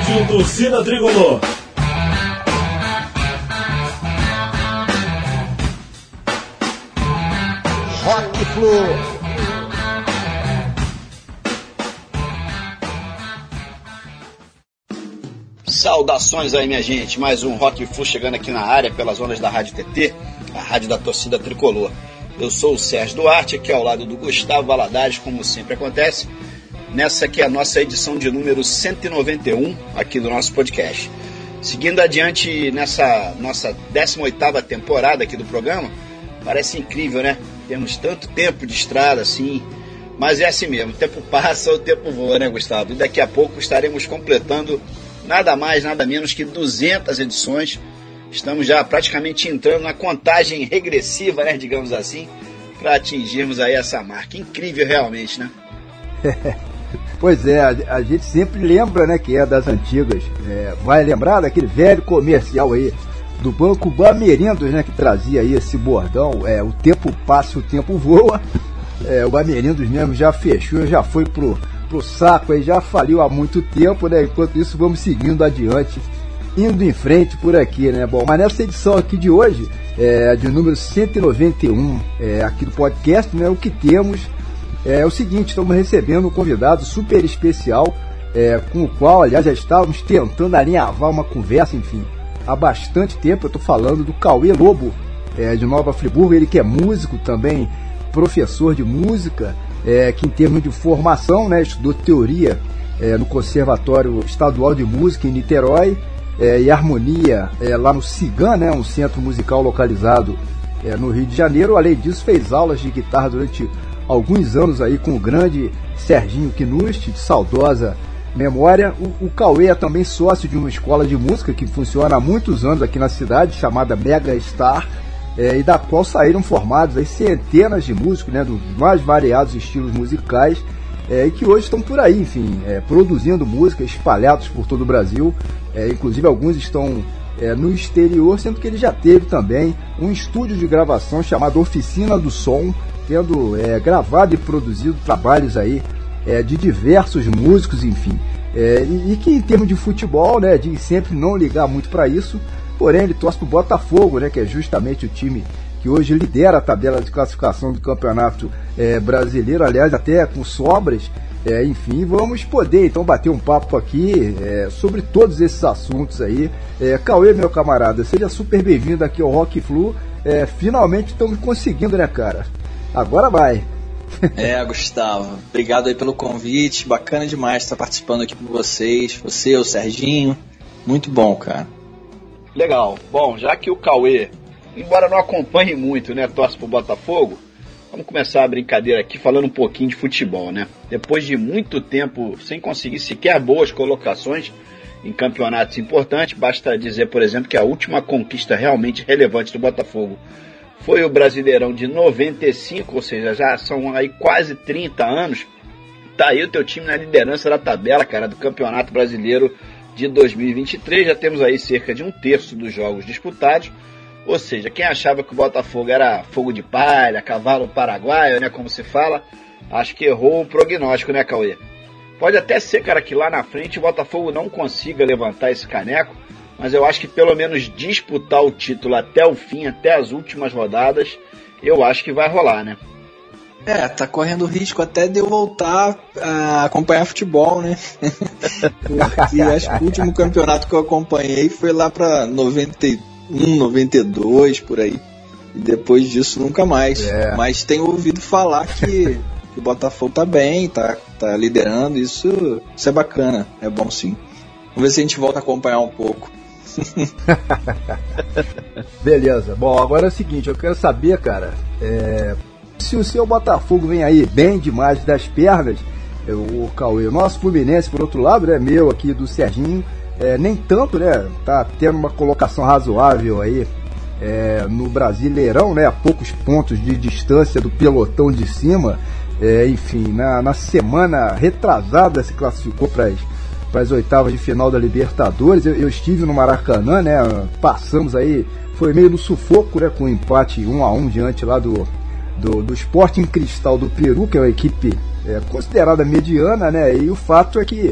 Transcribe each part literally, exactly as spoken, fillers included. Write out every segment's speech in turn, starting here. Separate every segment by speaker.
Speaker 1: Rádio Torcida Tricolor.
Speaker 2: Rock Flu.
Speaker 3: Saudações aí, minha gente, mais um Rock Flu chegando aqui na área pelas ondas da Rádio T T, a rádio da Torcida Tricolor. Eu sou o Sérgio Duarte, aqui ao lado do Gustavo Valadares, como sempre acontece, nessa que é a nossa edição de número cento e noventa e um aqui do nosso podcast. Seguindo adiante nessa nossa décima oitava temporada aqui do programa, parece incrível, né? Temos tanto tempo de estrada assim, mas é assim mesmo, o tempo passa, o tempo voa, né, Gustavo? E daqui a pouco estaremos completando nada mais, nada menos que duzentas edições. Estamos já praticamente entrando na contagem regressiva, né, digamos assim, para atingirmos aí essa marca. Incrível realmente, né?
Speaker 2: Pois é, a, a gente sempre lembra, né, que é das antigas. É, vai lembrar daquele velho comercial aí do Banco Bamerindos, né, que trazia aí esse bordão, é, o tempo passa, o tempo voa. É, o Bamerindos mesmo já fechou, já foi pro pro saco aí, já faliu há muito tempo, né? Enquanto isso, vamos seguindo adiante, indo em frente por aqui, né? Bom, mas nessa edição aqui de hoje, é, de número cento e noventa e um, é, aqui do podcast, né? O que temos é o seguinte: estamos recebendo um convidado super especial, é, com o qual, aliás, já estávamos tentando alinhavar uma conversa, enfim, há bastante tempo. Eu estou falando do Cauê Lobo, é, de Nova Friburgo, ele que é músico também, professor de música, É, que em termos de formação, né, estudou teoria é, no Conservatório Estadual de Música em Niterói, é, e harmonia é, lá no Cigan, né, um centro musical localizado é, no Rio de Janeiro. Além disso, fez aulas de guitarra durante alguns anos aí com o grande Serginho Knust, de saudosa memória. O, o Cauê é também sócio de uma escola de música que funciona há muitos anos aqui na cidade, chamada Mega Star, É, e da qual saíram formados aí centenas de músicos, né, dos mais variados estilos musicais, é, e que hoje estão por aí, enfim, é, produzindo música, espalhados por todo o Brasil. É, inclusive alguns estão é, no exterior, sendo que ele já teve também um estúdio de gravação chamado Oficina do Som, tendo é, gravado e produzido trabalhos aí é, de diversos músicos, enfim, é, e, e que em termos de futebol, né, diz sempre não ligar muito para isso. Porém, ele torce para o Botafogo, né, que é justamente o time que hoje lidera a tabela de classificação do Campeonato é, Brasileiro, aliás, até com sobras. É, enfim, vamos poder então bater um papo aqui é, sobre todos esses assuntos aí. É, Cauê, meu camarada, seja super bem-vindo aqui ao Rock Flu. É, finalmente estamos conseguindo, né, cara? Agora vai.
Speaker 4: É, Gustavo, obrigado aí pelo convite, bacana demais estar participando aqui com vocês, você, o Serginho, muito bom, cara.
Speaker 3: Legal. Bom, já que o Cauê, embora não acompanhe muito, né, torce pro Botafogo, vamos começar a brincadeira aqui falando um pouquinho de futebol, né? Depois de muito tempo sem conseguir sequer boas colocações em campeonatos importantes, basta dizer, por exemplo, que a última conquista realmente relevante do Botafogo foi o Brasileirão de noventa e cinco, ou seja, já são aí quase trinta anos. Tá aí o teu time na liderança da tabela, cara, do Campeonato Brasileiro de dois mil e vinte e três, já temos aí cerca de um terço dos jogos disputados, ou seja, quem achava que o Botafogo era fogo de palha, cavalo paraguaio, né, como se fala, acho que errou o prognóstico, né, Cauê? Pode até ser, cara, que lá na frente o Botafogo não consiga levantar esse caneco, mas eu acho que pelo menos disputar o título até o fim, até as últimas rodadas, eu acho que vai rolar, né?
Speaker 4: É, tá correndo risco até de eu voltar a acompanhar futebol, né? Porque acho que o último campeonato que eu acompanhei foi lá pra noventa e um, noventa e dois, por aí. E depois disso nunca mais. É. Mas tenho ouvido falar que, que o Botafogo tá bem, tá, tá liderando, isso, isso é bacana, é bom sim. Vamos ver se a gente volta a acompanhar um pouco.
Speaker 2: Beleza, bom, agora é o seguinte, eu quero saber, cara, é... se o seu Botafogo vem aí bem demais das pernas, o Cauê, o nosso Fluminense, por outro lado, né, meu aqui do Serginho, é, nem tanto, né, tá tendo uma colocação razoável aí é, no Brasileirão, né, a poucos pontos de distância do pelotão de cima. É, enfim, na, na semana retrasada se classificou para as oitavas de final da Libertadores. Eu, eu estive no Maracanã, né, passamos aí, foi meio no sufoco, né, com um empate um a um diante lá do Do, do Sporting Cristal do Peru, que é uma equipe é, considerada mediana, né? E o fato é que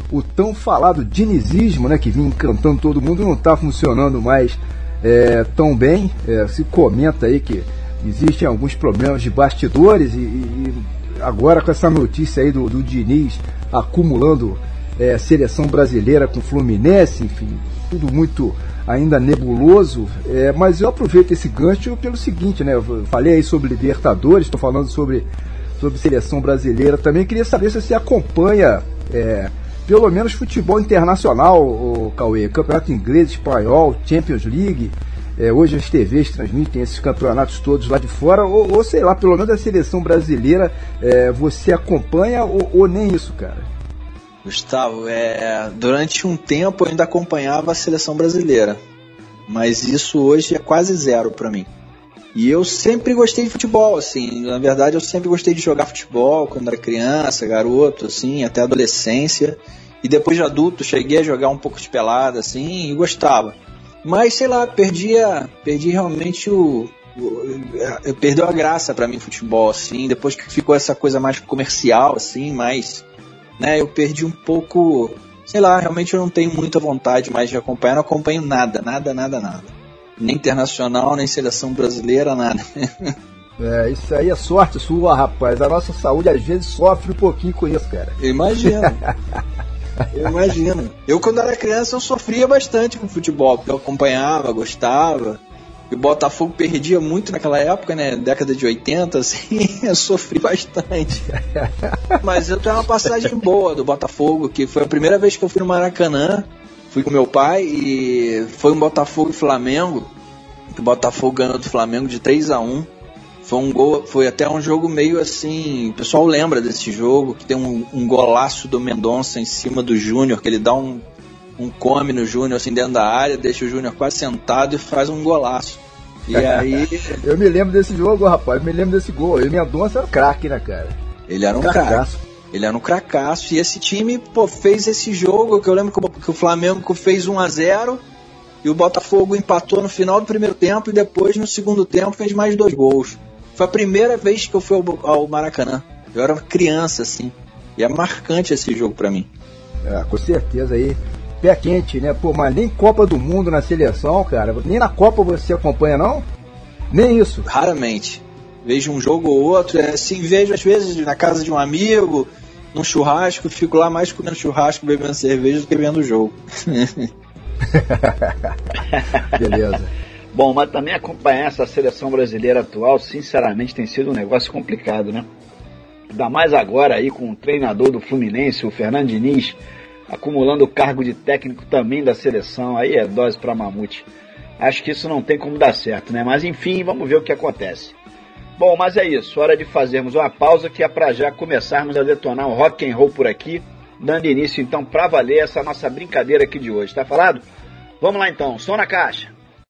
Speaker 2: o tão falado dinizismo, né, que vinha encantando todo mundo, não está funcionando mais é, tão bem. É, se comenta aí que existem alguns problemas de bastidores e, e agora com essa notícia aí do, do Diniz acumulando é, seleção brasileira com Fluminense, enfim, tudo muito ainda nebuloso, é, mas eu aproveito esse gancho pelo seguinte, né, eu falei aí sobre Libertadores, estou falando sobre, sobre seleção brasileira também, queria saber se você acompanha é, pelo menos futebol internacional, o Cauê, campeonato inglês, espanhol, Champions League. É, hoje as T Vs transmitem esses campeonatos todos lá de fora, ou, ou sei lá, pelo menos a seleção brasileira, é, você acompanha ou, ou nem isso, cara?
Speaker 4: Gustavo, é, durante um tempo eu ainda acompanhava a seleção brasileira, mas isso hoje é quase zero pra mim. E eu sempre gostei de futebol, assim, na verdade eu sempre gostei de jogar futebol quando era criança, garoto, assim, até adolescência, e depois de adulto cheguei a jogar um pouco de pelada, assim, e gostava. Mas, sei lá, perdia, perdi realmente o... o perdeu a graça pra mim futebol, assim, depois que ficou essa coisa mais comercial, assim, mais... Né, eu perdi um pouco... Sei lá, realmente eu não tenho muita vontade mais de acompanhar, não acompanho nada, nada, nada, nada. Nem internacional, nem seleção brasileira, nada.
Speaker 2: É, isso aí é sorte sua, rapaz. A nossa saúde às vezes sofre um pouquinho com isso, cara.
Speaker 4: Eu imagino. Eu imagino. Eu, quando era criança, eu sofria bastante com futebol, porque eu acompanhava, gostava. E o Botafogo perdia muito naquela época, né? Década de oitenta, assim, eu sofri bastante. Mas eu tenho uma passagem boa do Botafogo, que foi a primeira vez que eu fui no Maracanã. Fui com meu pai e foi um Botafogo e Flamengo. O Botafogo ganhou do Flamengo de três a um. Foi um gol, foi até um jogo meio assim, o pessoal lembra desse jogo, que tem um, um golaço do Mendonça em cima do Júnior, que ele dá um, um come no Júnior assim dentro da área, deixa o Júnior quase sentado e faz um golaço. E aí...
Speaker 2: Eu me lembro desse jogo, rapaz, eu me lembro desse gol. E o Mendonça era um craque, né, cara?
Speaker 4: Ele era um craque. Ele era um cracaço. E esse time, pô, fez esse jogo, que eu lembro que o Flamengo fez um a zero e o Botafogo empatou no final do primeiro tempo e depois no segundo tempo fez mais dois gols. Foi a primeira vez que eu fui ao, ao Maracanã. Eu era criança, assim. E é marcante esse jogo pra mim.
Speaker 2: É, com certeza aí. Pé quente, né? Pô, mas nem Copa do Mundo na seleção, cara. Nem na Copa você acompanha, não? Nem isso.
Speaker 4: Raramente. Vejo um jogo ou outro. É, assim, vejo às vezes na casa de um amigo, num churrasco. Fico lá mais comendo churrasco, bebendo cerveja do que vendo o jogo.
Speaker 2: Beleza.
Speaker 3: Bom, mas também acompanhar essa seleção brasileira atual, sinceramente, tem sido um negócio complicado, né? Ainda mais agora aí com o treinador do Fluminense, o Fernando Diniz, acumulando o cargo de técnico também da seleção, aí é dose pra mamute. Acho que isso não tem como dar certo, né? Mas enfim, vamos ver o que acontece. Bom, mas é isso, hora de fazermos uma pausa que é pra já começarmos a detonar um rock and roll por aqui, dando início então pra valer essa nossa brincadeira aqui de hoje, tá falado? Vamos lá então, som na caixa.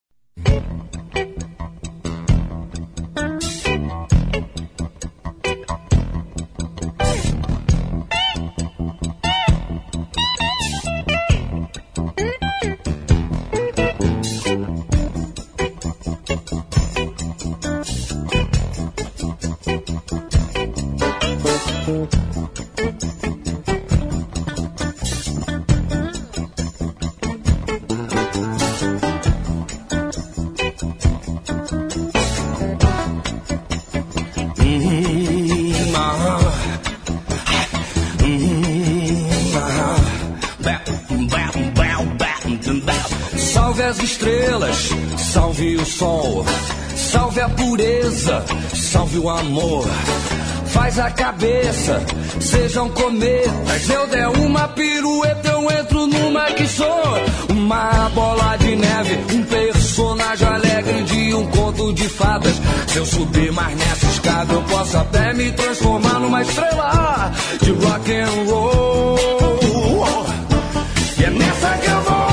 Speaker 1: Salve as estrelas, salve o sol, salve a pureza, salve o amor. Faz a cabeça, sejam cometas. Eu der uma pirueta, eu entro numa que sou uma bola de neve, um personagem alegre de um conto de fadas. Se eu subir mais nessa escada, eu posso até me transformar numa estrela de rock and roll. E é nessa que eu vou.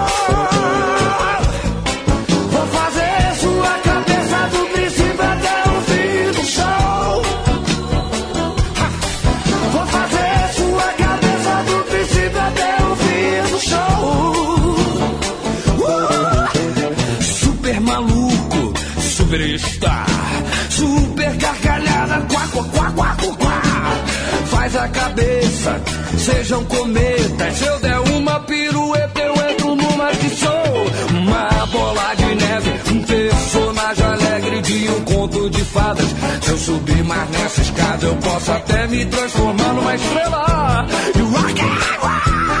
Speaker 1: Superstar, super gargalhada, quá, quá, quá, quá, quá. Faz a cabeça, cabeça, sejam cometas. Se eu der uma pirueta, eu entro numa que sou uma bola de neve, um personagem alegre de um conto de fadas. Se eu subir mais nessa escada, eu posso até me transformar numa estrela. E o rock and roll.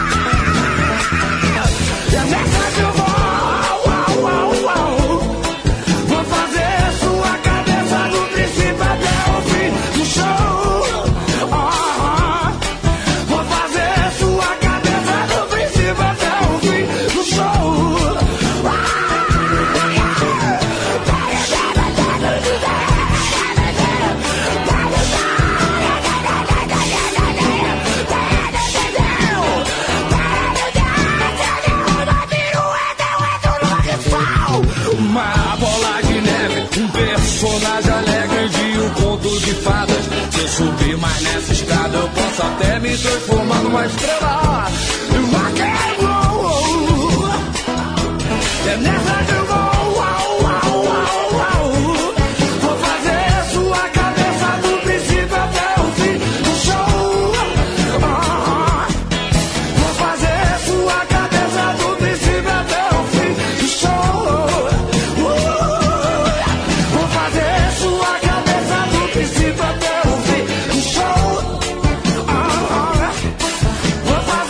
Speaker 1: E é nessa que eu vou. Vou fazer sua cabeça do princípio até o fim do show. Vou fazer sua cabeça do princípio até o fim do show. Uma bola de neve, um personagem alegre de um conto de fadas. Se eu subir mais nessa escada, eu posso até me transformar numa estrela. Rock and roll. É nessa que eu vou. Vou fazer sua cabeça do princípio até o fim do show. Vou fazer sua cabeça do princípio até o fim do show. Vou fazer sua cabeça do princípio até o fim do show. Vou fazer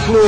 Speaker 2: Fla-Flu.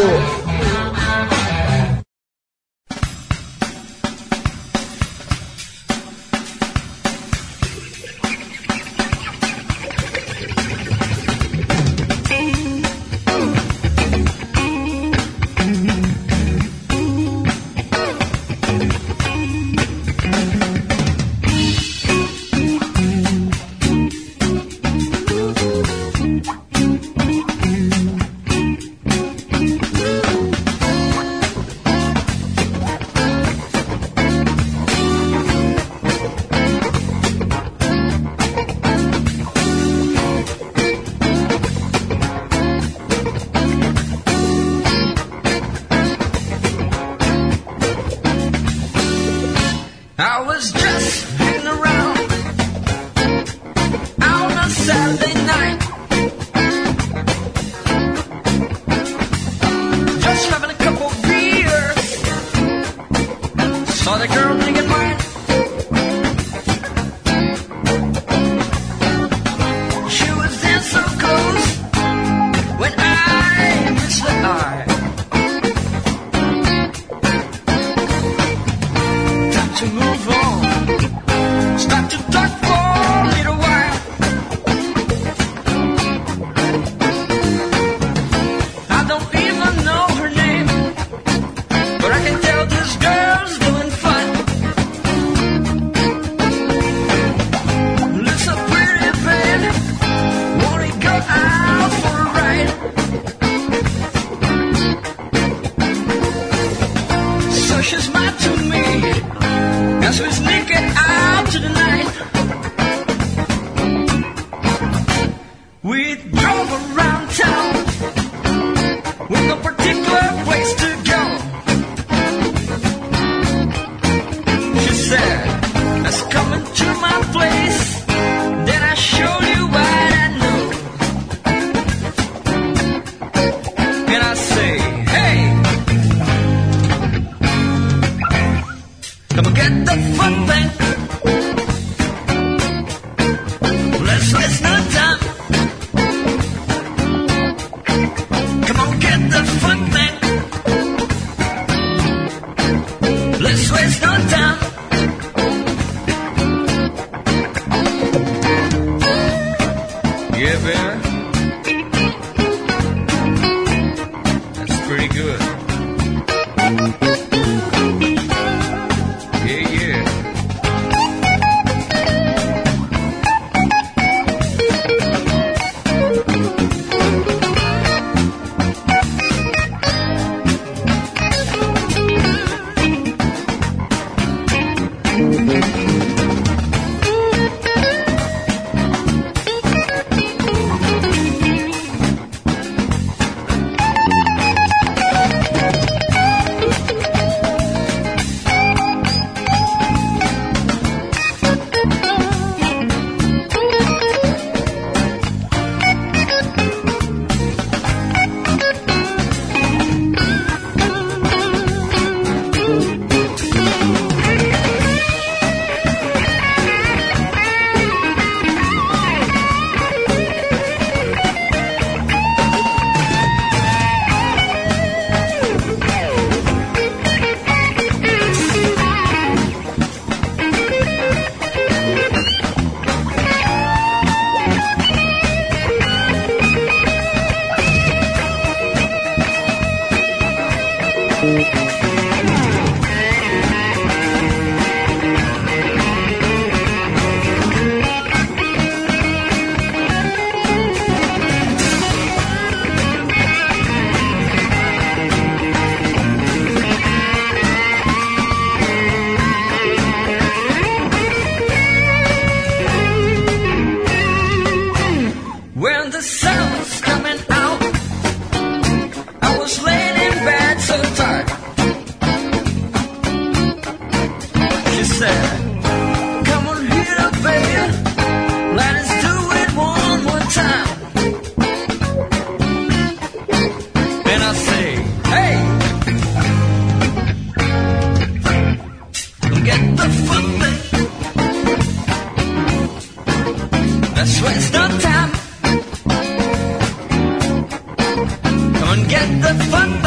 Speaker 1: Let's waste no time. Come and get the fun.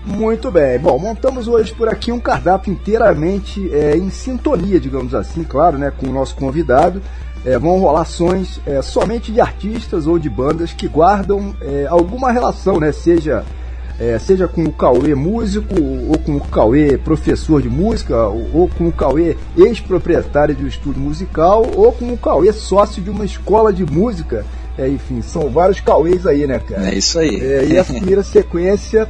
Speaker 2: Muito bem. Bom, montamos hoje por aqui um cardápio inteiramente é, em sintonia, digamos assim, claro, né, com o nosso convidado. É, vão rolar sons é, somente de artistas ou de bandas que guardam é, alguma relação, né, seja, é, seja com o Cauê músico, ou com o Cauê professor de música, ou, ou com o Cauê ex-proprietário de um estúdio musical, ou com o Cauê sócio de uma escola de música. É, enfim, são vários Cauês aí, né, cara?
Speaker 4: É isso aí.
Speaker 2: É, e essa primeira sequência...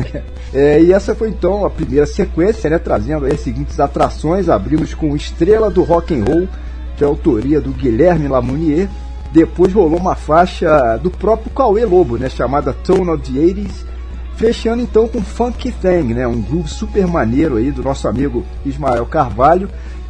Speaker 2: é, e essa foi, então, a primeira sequência, né, trazendo as seguintes atrações. Abrimos com Estrela do Rock and Roll, de autoria do Guilherme Lamounier. Depois rolou uma faixa do próprio Cauê Lobo, né, chamada Tone of the eighties. Fechando, então, com Funky Thing, né, um groove super maneiro aí do nosso amigo Ismael Carvalho.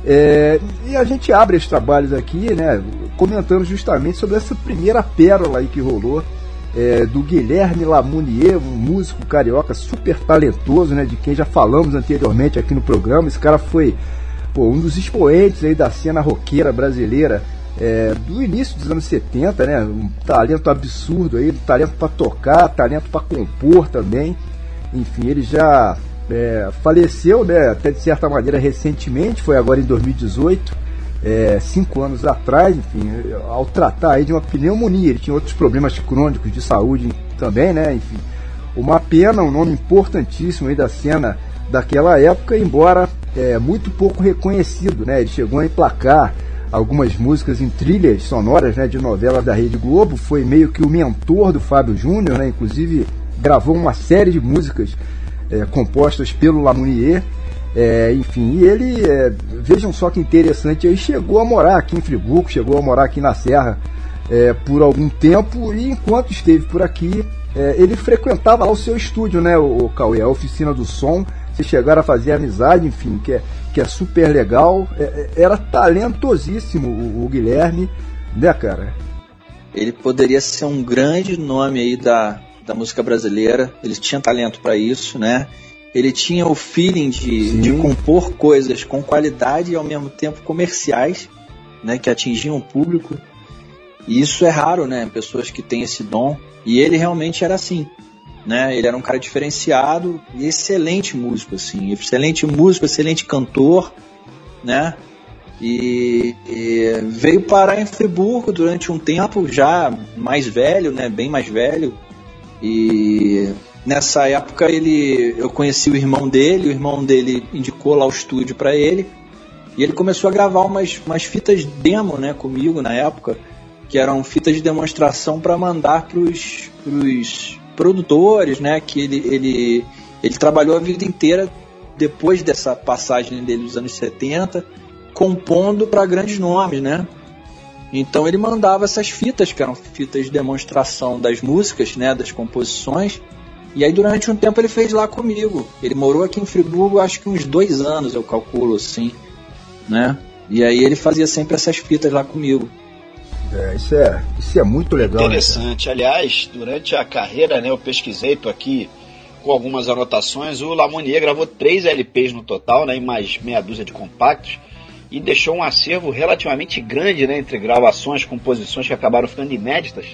Speaker 2: É, e a gente abre os trabalhos aqui, né, comentando justamente sobre essa primeira pérola aí que rolou, é, do Guilherme Lamounier, um músico carioca super talentoso, né, de quem já falamos anteriormente aqui no programa. Esse cara foi, pô, um dos expoentes aí da cena roqueira brasileira, é, do início dos anos setenta, né, um talento absurdo aí, talento para tocar, talento para compor também. Enfim, ele já É, faleceu, né, até de certa maneira recentemente, foi agora em dois mil e dezoito, é, cinco anos atrás, enfim, ao tratar aí de uma pneumonia. Ele tinha outros problemas crônicos de saúde também, né, enfim, uma pena, um nome importantíssimo aí da cena daquela época, embora é, muito pouco reconhecido, né. Ele chegou a emplacar algumas músicas em trilhas sonoras, né, de novelas da Rede Globo, foi meio que o mentor do Fábio Júnior, né, inclusive gravou uma série de músicas É, compostas pelo Lamounier, é, enfim, e ele, é, vejam só que interessante, ele chegou a morar aqui em Friburgo, chegou a morar aqui na Serra é, por algum tempo, e enquanto esteve por aqui, é, ele frequentava lá o seu estúdio, né, o, o Cauê, a oficina do som. Vocês chegaram a fazer amizade, enfim, que é, que é super legal. É, era talentosíssimo o, o Guilherme, né, cara?
Speaker 4: Ele poderia ser um grande nome aí da da música brasileira. Ele tinha talento para isso, né? Ele tinha o feeling de, de compor coisas com qualidade e ao mesmo tempo comerciais, né? Que atingiam o público. E isso é raro, né? Pessoas que têm esse dom. E ele realmente era assim, né? Ele era um cara diferenciado e excelente músico, assim. Excelente músico, excelente cantor, né? E, e veio parar em Friburgo durante um tempo, já mais velho, né? Bem mais velho. E nessa época ele, eu conheci o irmão dele, o irmão dele indicou lá o estúdio para ele, e ele começou a gravar umas, umas fitas demo, né, comigo na época, que eram fitas de demonstração para mandar para os produtores, né, que ele, ele, ele trabalhou a vida inteira depois dessa passagem dele dos anos setenta, compondo para grandes nomes, né. Então ele mandava essas fitas, que eram fitas de demonstração das músicas, né, das composições. E aí durante um tempo ele fez lá comigo. Ele morou aqui em Friburgo, acho que uns dois anos, eu calculo assim, né? E aí ele fazia sempre essas fitas lá comigo.
Speaker 2: É, isso é, isso é muito legal.
Speaker 3: Interessante. Né? Aliás, durante a carreira, né, eu pesquisei, tô aqui com algumas anotações. O Lamounier gravou três L Ps no total, né, e mais meia dúzia de compactos. E deixou um acervo relativamente grande, né, entre gravações, composições que acabaram ficando inéditas,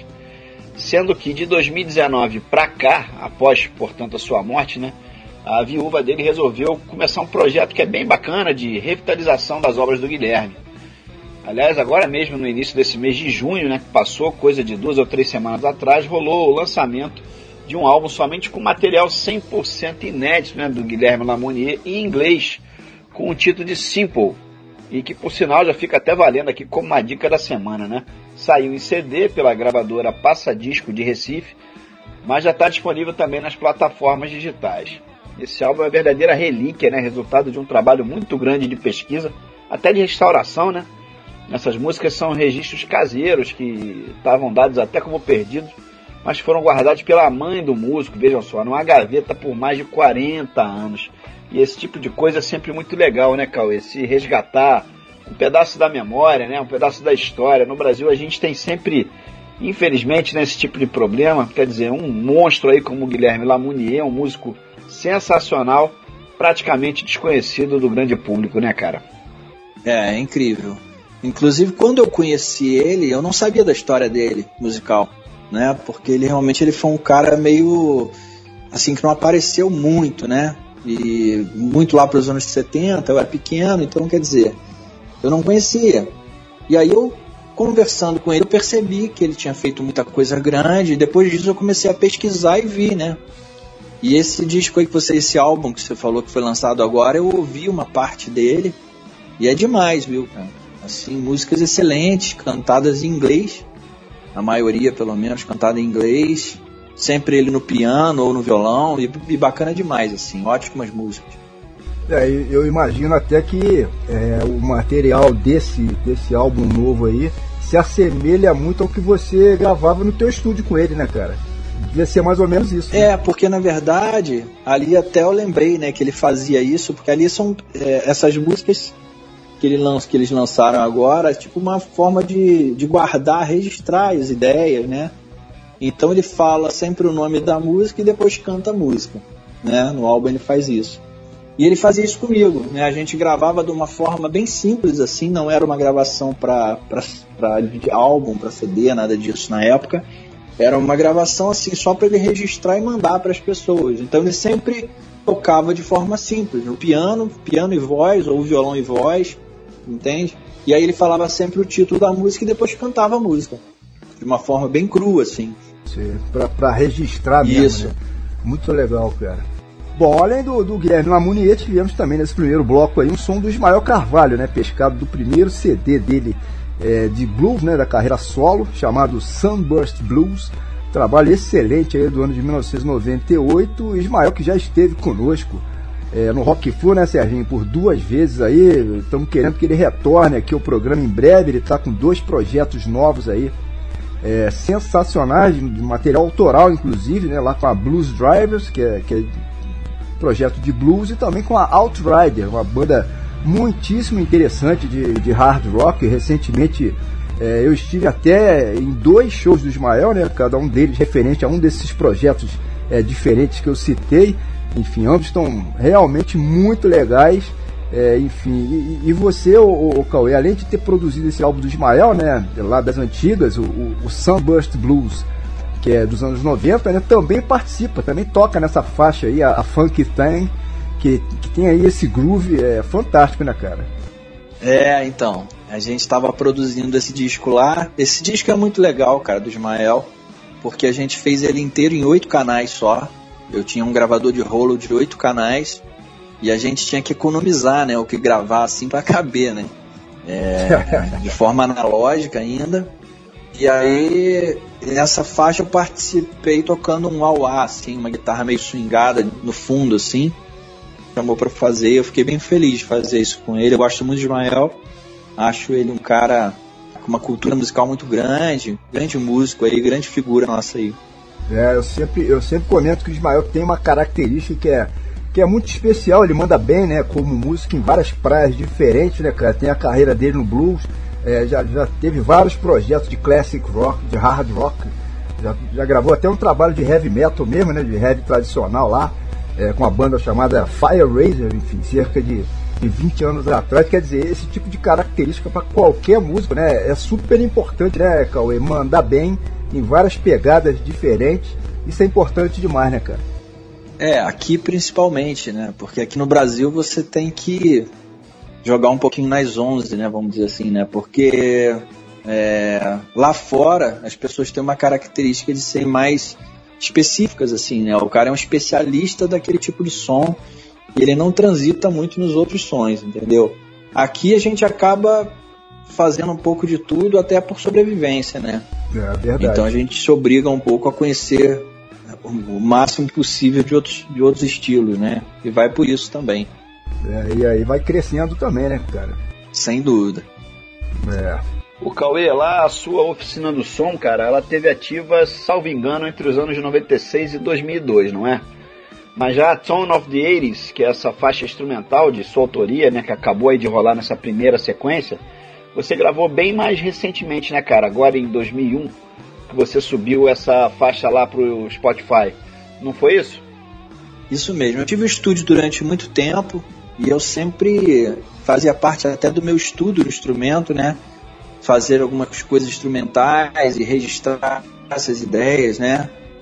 Speaker 3: sendo que de dois mil e dezenove para cá, após, portanto, a sua morte, né, a viúva dele resolveu começar um projeto que é bem bacana de revitalização das obras do Guilherme. Aliás, agora mesmo no início desse mês de junho, né, que passou, coisa de duas ou três semanas atrás, rolou o lançamento de um álbum somente com material cem por cento inédito, né, do Guilherme Lamounier em inglês, com o título de Simple. E que, por sinal, já fica até valendo aqui como uma dica da semana, né? Saiu em C D pela gravadora Passa Disco de Recife, mas já está disponível também nas plataformas digitais. Esse álbum é uma verdadeira relíquia, né? Resultado de um trabalho muito grande de pesquisa, até de restauração, né? Essas músicas são registros caseiros que estavam dados até como perdidos, mas foram guardados pela mãe do músico, vejam só, numa gaveta por mais de quarenta anos. E esse tipo de coisa é sempre muito legal, né, Cauê? Se resgatar um pedaço da memória, né, um pedaço da história. No Brasil a gente tem sempre, infelizmente, né, esse tipo de problema. Quer dizer, um monstro aí como o Guilherme Lamounier, um músico sensacional, praticamente desconhecido do grande público, né, cara?
Speaker 4: É, é incrível. Inclusive, quando eu conheci ele, eu não sabia da história dele, musical, né? Porque ele realmente ele foi um cara meio... assim, que não apareceu muito, né? E muito lá para os anos setenta, eu era pequeno, então quer dizer, eu não conhecia. E aí eu, conversando com ele, eu percebi que ele tinha feito muita coisa grande, e depois disso eu comecei a pesquisar e vi, né? E esse disco aí que você, esse álbum que você falou que foi lançado agora, eu ouvi uma parte dele, e é demais, viu, cara? Assim, músicas excelentes, cantadas em inglês, a maioria pelo menos cantada em inglês, sempre ele no piano ou no violão, e, e bacana demais, assim, ótimas músicas.
Speaker 2: É, eu imagino até que é, o material desse, desse álbum novo aí se assemelha muito ao que você gravava no teu estúdio com ele, né, cara? Devia ser mais ou menos isso. Né?
Speaker 4: É, porque na verdade, ali até eu lembrei, né, que ele fazia isso, porque ali são é, essas músicas que, ele lanç, que eles lançaram agora, tipo uma forma de, de guardar, registrar as ideias, né? Então ele fala sempre o nome da música e depois canta a música, né? No álbum ele faz isso. E ele fazia isso comigo, né? A gente gravava de uma forma bem simples, assim, não era uma gravação para álbum, para C D, nada disso na época. Era uma gravação assim, só para ele registrar e mandar para as pessoas. Então ele sempre tocava de forma simples, no piano, piano e voz, ou violão e voz, entende? E aí ele falava sempre o título da música e depois cantava a música, de uma forma bem crua, assim.
Speaker 2: Sim, pra, pra registrar mesmo,
Speaker 4: isso.
Speaker 2: Né? Muito legal, cara. Bom, além do, do Guilherme Lamounier, tivemos também nesse primeiro bloco aí um som do Ismael Carvalho, né? Pescado do primeiro C D dele é, de blues, né? Da carreira solo, chamado Sunburst Blues. Trabalho excelente aí do ano de mil novecentos e noventa e oito. O Ismael que já esteve conosco é, no Rock Flu, né, Serginho? Por duas vezes aí. Estamos querendo que ele retorne aqui ao programa em breve. Ele está com dois projetos novos aí. É, sensacionais, de material autoral inclusive, né, lá com a Blues Drivers, que é, que é projeto de blues, e também com a Outrider, uma banda muitíssimo interessante de, de hard rock. Recentemente é, eu estive até em dois shows do Ismael, né, cada um deles referente a um desses projetos é, diferentes que eu citei. Enfim, ambos estão realmente muito legais. É, enfim, e, e você, o, o Cauê, além de ter produzido esse álbum do Ismael, né, lá das antigas, o, o, o Sunburst Blues, que é dos anos noventa, né, também participa, também toca nessa faixa aí, a, a Funky Thing, que, que tem aí esse groove é, fantástico, né, cara?
Speaker 4: É, então, a gente estava produzindo esse disco lá. Esse disco é muito legal, cara, do Ismael, porque a gente fez ele inteiro em oito canais só. Eu tinha um gravador de rolo de oito canais, e a gente tinha que economizar, né, o que gravar assim para caber, né, é, de forma analógica ainda. E aí, nessa faixa eu participei tocando um auá, assim, uma guitarra meio swingada no fundo, assim. Chamou pra fazer, eu fiquei bem feliz de fazer isso com ele. Eu gosto muito de Ismael, acho ele um cara com uma cultura musical muito grande, grande músico aí, grande figura nossa aí.
Speaker 2: É, eu sempre, eu sempre comento que o Ismael tem uma característica que é, que é muito especial. Ele manda bem, né, como músico em várias praias diferentes, né, cara. Tem a carreira dele no blues. É, já, já teve vários projetos de classic rock, de hard rock, já, já gravou até um trabalho de heavy metal mesmo, né, de heavy tradicional lá, é, com uma banda chamada Fire Razor, enfim, cerca de, de vinte anos atrás. Quer dizer, esse tipo de característica para qualquer músico, né, é super importante, né, Cauê, mandar bem em várias pegadas diferentes. Isso é importante demais, né, cara?
Speaker 4: É, aqui principalmente, né, porque aqui no Brasil você tem que jogar um pouquinho nas onze, né, vamos dizer assim, né, porque é, lá fora as pessoas têm uma característica de serem mais específicas, assim, né, o cara é um especialista daquele tipo de som e ele não transita muito nos outros sons, entendeu? Aqui a gente acaba fazendo um pouco de tudo, até por sobrevivência, né,
Speaker 2: é verdade.
Speaker 4: Então a gente se obriga um pouco a conhecer o máximo possível de outros, de outros estilos, né, e vai por isso também.
Speaker 2: É, e aí vai crescendo também, né, cara?
Speaker 4: Sem dúvida.
Speaker 2: É.
Speaker 3: O Cauê, lá a sua oficina do som, cara, ela teve ativa, salvo engano, entre os anos de noventa e seis e dois mil e dois, não é? Mas já a Tone of the eighties, que é essa faixa instrumental de sua autoria, né, que acabou aí de rolar nessa primeira sequência, você gravou bem mais recentemente, né, cara? Agora em dois mil e um, que você subiu essa faixa lá pro Spotify. Não foi isso?
Speaker 4: Isso mesmo. Eu tive um estúdio durante muito tempo, e eu sempre fazia parte até do meu estudo do instrumento, né? Fazer algumas coisas instrumentais e registrar essas ideias, né?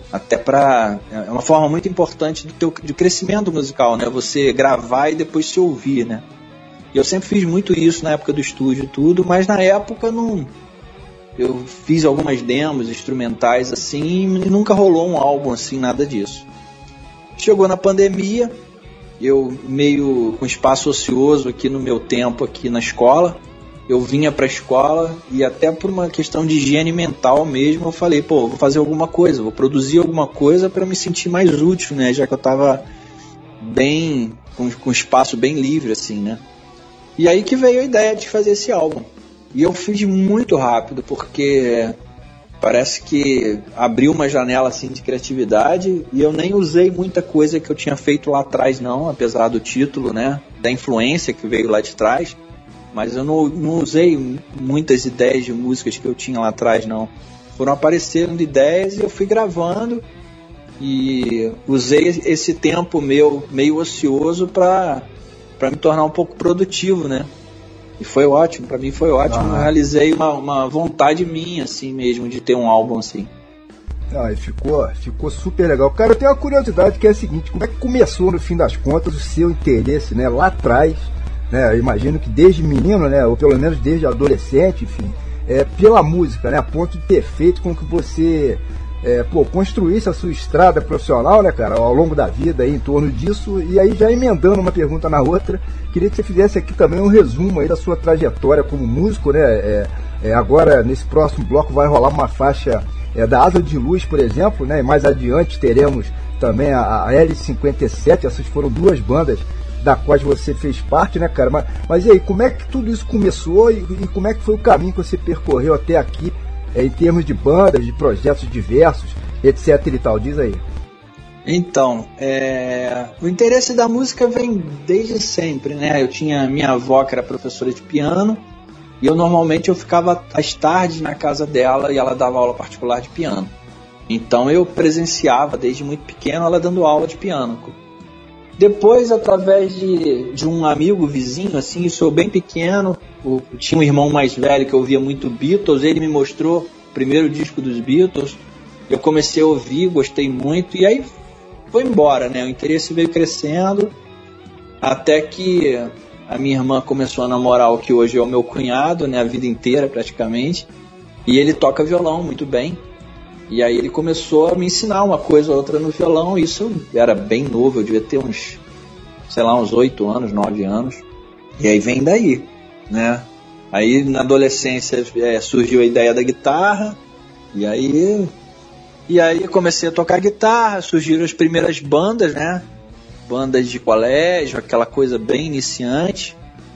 Speaker 4: Até para é uma forma muito importante do teu, de crescimento musical, né? Você gravar e depois se ouvir, né? E eu sempre fiz muito isso na época do estúdio e tudo, mas na época não... Eu fiz algumas demos instrumentais assim e nunca rolou um álbum assim, nada disso. Chegou na pandemia, eu meio com espaço ocioso aqui no meu tempo aqui na escola, eu vinha pra escola e até por uma questão de higiene mental mesmo, eu falei, pô, vou fazer alguma coisa, vou produzir alguma coisa para me sentir mais útil, né? Já que eu tava bem, com, com espaço bem livre assim, né? E aí que veio a ideia de fazer esse álbum. E eu fiz muito rápido, porque parece que abriu uma janela assim de criatividade e eu nem usei muita coisa que eu tinha feito lá atrás não, apesar do título, né, da influência que veio lá de trás, mas eu não, não usei muitas ideias de músicas que eu tinha lá atrás não. Foram aparecendo ideias e eu fui gravando e usei esse tempo meu meio ocioso para para me tornar um pouco produtivo, né? E foi ótimo, pra mim foi ótimo. Ah. Eu realizei uma, uma vontade minha, assim mesmo, de ter um álbum assim.
Speaker 2: Ah, e ficou, ficou super legal. Cara, eu tenho uma curiosidade que é a seguinte: como é que começou, no fim das contas, o seu interesse, né, lá atrás, né? Eu imagino que desde menino, né, ou pelo menos desde adolescente, enfim, é, pela música, né, a ponto de ter feito com que você é, pô, construísse a sua estrada profissional, né, cara, ao longo da vida, aí, em torno disso. E aí, já emendando uma pergunta na outra, queria que você fizesse aqui também um resumo aí da sua trajetória como músico, né? É, é, agora, nesse próximo bloco, vai rolar uma faixa é, da Asa de Luz, por exemplo, né? E mais adiante teremos também a, a L cinquenta e sete, essas foram duas bandas da qual você fez parte, né, cara? Mas, mas e aí, como é que tudo isso começou e, e como é que foi o caminho que você percorreu até aqui, é, em termos de bandas, de projetos diversos, etc e tal? Diz aí.
Speaker 4: Então, é... o interesse da música vem desde sempre, né? Eu tinha minha avó que era professora de piano e eu normalmente eu ficava às tardes na casa dela e ela dava aula particular de piano. Então eu presenciava desde muito pequeno ela dando aula de piano. Depois, através de, de um amigo vizinho, assim, eu sou bem pequeno, eu tinha um irmão mais velho que ouvia muito Beatles, ele me mostrou o primeiro disco dos Beatles, eu comecei a ouvir, gostei muito, e aí foi embora, né? O interesse veio crescendo, até que a minha irmã começou a namorar o que hoje é o meu cunhado, né? A vida inteira praticamente, e ele toca violão muito bem. E aí ele começou a me ensinar uma coisa ou outra no violão, e isso eu era bem novo, eu devia ter uns, sei lá, uns oito anos, nove anos. E aí vem daí, né? Aí na adolescência é, surgiu a ideia da guitarra, e aí, e aí eu comecei a tocar guitarra, surgiram as primeiras bandas, né? Bandas de colégio, aquela coisa bem iniciante.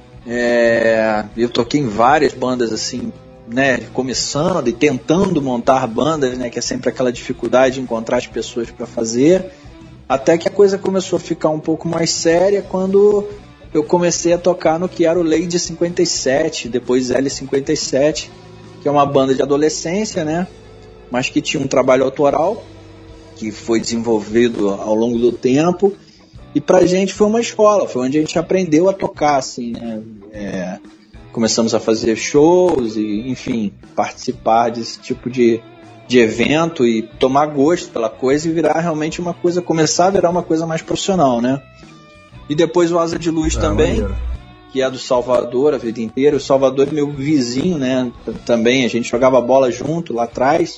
Speaker 4: É, eu toquei em várias bandas assim, né, começando e tentando montar bandas, né, que é sempre aquela dificuldade de encontrar as pessoas para fazer, até que a coisa começou a ficar um pouco mais séria quando eu comecei a tocar no que era o Lady cinquenta e sete, depois L cinquenta e sete, que é uma banda de adolescência, né, mas que tinha um trabalho autoral que foi desenvolvido ao longo do tempo, e pra gente foi uma escola, foi onde a gente aprendeu a tocar, assim, né, é, começamos a fazer shows e, enfim, participar desse tipo de, de evento e tomar gosto pela coisa e virar realmente uma coisa, começar a virar uma coisa mais profissional, né? E depois o Asa de Luz é, também, maneiro. Que é do Salvador a vida inteira. O Salvador é meu vizinho, né? Também a gente jogava bola junto lá atrás.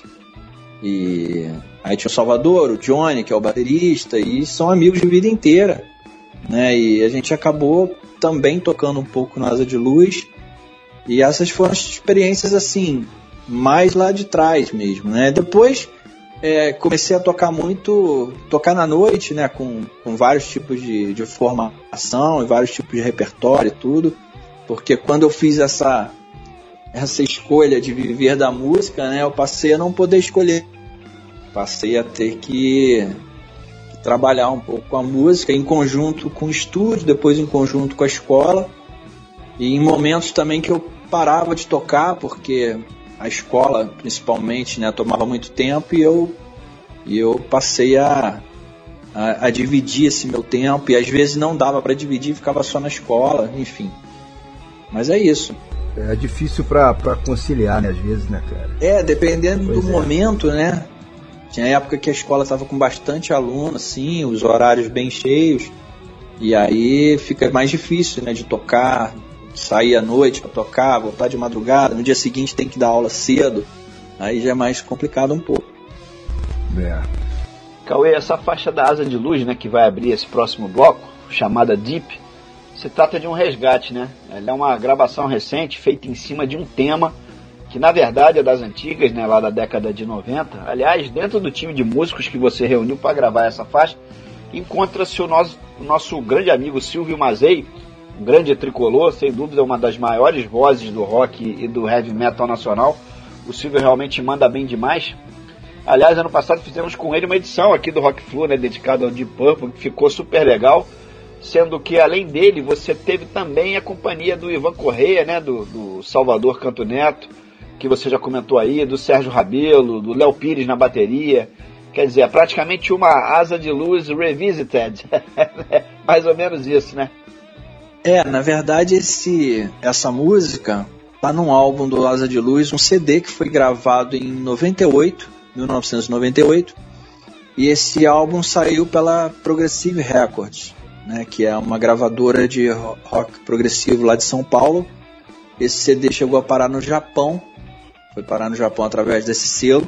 Speaker 4: E aí tinha o Salvador, o Johnny, que é o baterista, e são amigos de vida inteira, né? E a gente acabou também tocando um pouco no Asa de Luz. E essas foram as experiências assim, mais lá de trás mesmo, né? Depois é, comecei a tocar muito, tocar na noite, né? Com, com vários tipos de, de formação e vários tipos de repertório e tudo. Porque quando eu fiz essa, essa escolha de viver da música, né? Eu passei a não poder escolher. Passei a ter que, que trabalhar um pouco com a música, em conjunto com o estúdio, depois em conjunto com a escola. E em momentos também que eu parava de tocar, porque a escola, principalmente, né, tomava muito tempo, e eu, e eu passei a, a, a dividir esse meu tempo, e às vezes não dava para dividir, ficava só na escola, enfim. Mas é isso.
Speaker 2: É difícil para conciliar, né, às vezes, né, cara?
Speaker 4: É, dependendo
Speaker 2: pois
Speaker 4: do
Speaker 2: é.
Speaker 4: momento, né? Tinha época que a escola estava com bastante aluno, assim, os horários bem cheios, e aí fica mais difícil, né, de tocar, sair à noite para tocar, voltar de madrugada, no dia seguinte tem que dar aula cedo, aí já é mais complicado um pouco.
Speaker 3: É. Cauê, essa faixa da Asa de Luz, né, que vai abrir esse próximo bloco, chamada Deep, se trata de um resgate, né? Ela é uma gravação recente, feita em cima de um tema que na verdade é das antigas, né, lá da década de noventa. Aliás, dentro do time de músicos que você reuniu para gravar essa faixa, encontra-se o nosso, o nosso grande amigo Silvio Mazei, um grande tricolor, sem dúvida uma das maiores vozes do rock e do heavy metal nacional. O Silvio realmente manda bem demais. Aliás, ano passado fizemos com ele uma edição aqui do Rock Flu, né, dedicada ao Deep Purple, que ficou super legal, sendo que além dele você teve também a companhia do Ivan Correia, né, do, do Salvador Canto Neto, que você já comentou aí, do Sérgio Rabelo, do Léo Pires na bateria. Quer dizer, é praticamente uma Asa de Luz revisited. Mais ou menos isso, né?
Speaker 4: É, na verdade esse, essa música tá num álbum do Asa de Luz, um C D que foi gravado em noventa e oito, mil novecentos e noventa e oito, e esse álbum saiu pela Progressive Records, né, que é uma gravadora de rock progressivo lá de São Paulo. Esse C D chegou a parar no Japão, foi parar no Japão através desse selo.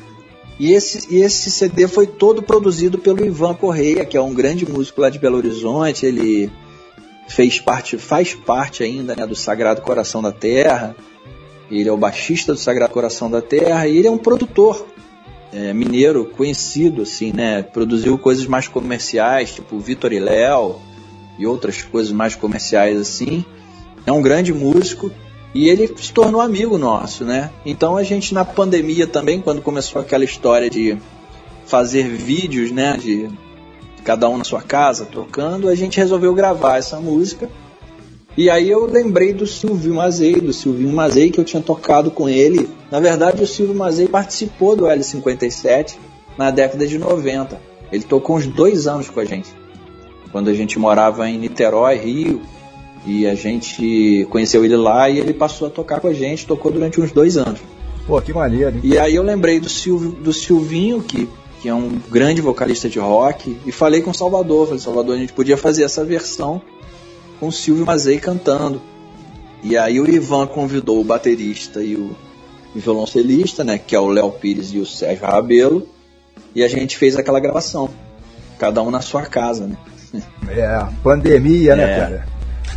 Speaker 4: E esse, e esse C D foi todo produzido pelo Ivan Correia, que é um grande músico lá de Belo Horizonte. Ele fez parte, faz parte ainda, né, do Sagrado Coração da Terra. Ele é o baixista do Sagrado Coração da Terra e ele é um produtor é, mineiro conhecido, assim, né? Produziu coisas mais comerciais, tipo Vitor e Léo e outras coisas mais comerciais assim. É um grande músico. E ele se tornou amigo nosso, né? Então a gente na pandemia também, quando começou aquela história de fazer vídeos, né? De cada um na sua casa, tocando, a gente resolveu gravar essa música. E aí eu lembrei do Silvio Mazei, do Silvinho Mazei, que eu tinha tocado com ele. Na verdade o Silvio Mazei participou do L cinquenta e sete na década de noventa. Ele tocou uns dois anos com a gente. Quando a gente morava em Niterói, Rio. E a gente conheceu ele lá e ele passou a tocar com a gente, tocou durante uns dois anos.
Speaker 2: Pô, que maneiro, hein?
Speaker 4: E aí eu lembrei do, Silvio, do Silvinho, que, que é um grande vocalista de rock, e falei com o Salvador, falei, Salvador, a gente podia fazer essa versão com o Silvio Mazei cantando. E aí o Ivan convidou o baterista e o, o violoncelista, né, que é o Léo Pires e o Sérgio Rabelo, e a gente fez aquela gravação, cada um na sua casa, né?
Speaker 2: É, pandemia, né,
Speaker 4: é.
Speaker 2: cara?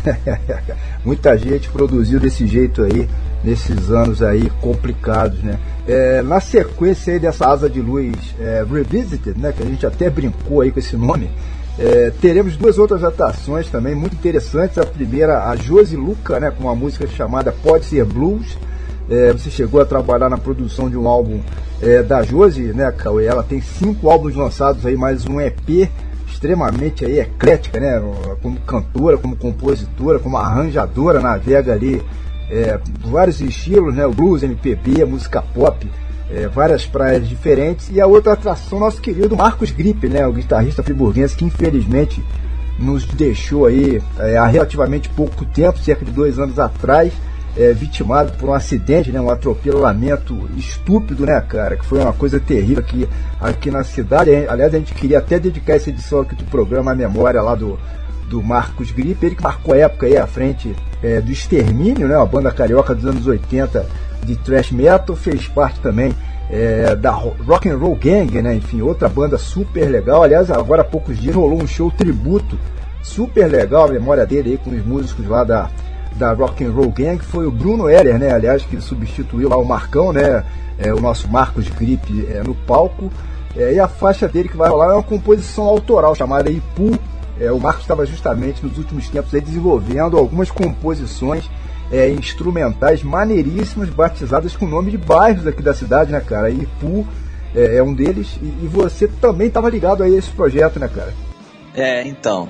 Speaker 2: Muita gente produziu desse jeito aí, nesses anos aí complicados, né? É, na sequência aí dessa Asa de Luz é, Revisited, né, que a gente até brincou aí com esse nome, é, teremos duas outras atuações também muito interessantes. A primeira, a Josi Luca, né, com uma música chamada Pode Ser Blues. É, você chegou a trabalhar na produção de um álbum é, da Josi, né, Cauê? Ela tem cinco álbuns lançados aí, mais um E P extremamente aí eclética, né? Como cantora, como compositora, como arranjadora, navega ali é, vários estilos, né? O blues, M P B, música pop, é, várias praias diferentes. E a outra atração, nosso querido Marcos Gripe, né? O guitarrista friburguense que infelizmente nos deixou aí é, há relativamente pouco tempo, cerca de dois anos atrás, é, vitimado por um acidente, né, um atropelamento estúpido, né, cara, que foi uma coisa terrível aqui, aqui na cidade. Aliás, a gente queria até dedicar essa edição aqui do programa à memória lá do, do Marcos Gripe, ele que marcou a época aí à frente é, do Extermínio, né, uma banda carioca dos anos oitenta de thrash metal, fez parte também é, da Rock and Roll Gang, né, enfim, outra banda super legal. Aliás, agora há poucos dias rolou um show tributo super legal, a memória dele aí com os músicos lá da da Rock and Roll Gang, foi o Bruno Heller, né, aliás, que substituiu lá o Marcão, né, é, o nosso Marcos Gripe é, no palco, é, e a faixa dele que vai rolar é uma composição autoral chamada Ipu. É, o Marcos estava justamente nos últimos tempos aí desenvolvendo algumas composições é, instrumentais maneiríssimas, batizadas com nome de bairros aqui da cidade, né, cara? Ipu é, é um deles, e, e você também estava ligado a esse projeto, né, cara?
Speaker 4: É, então,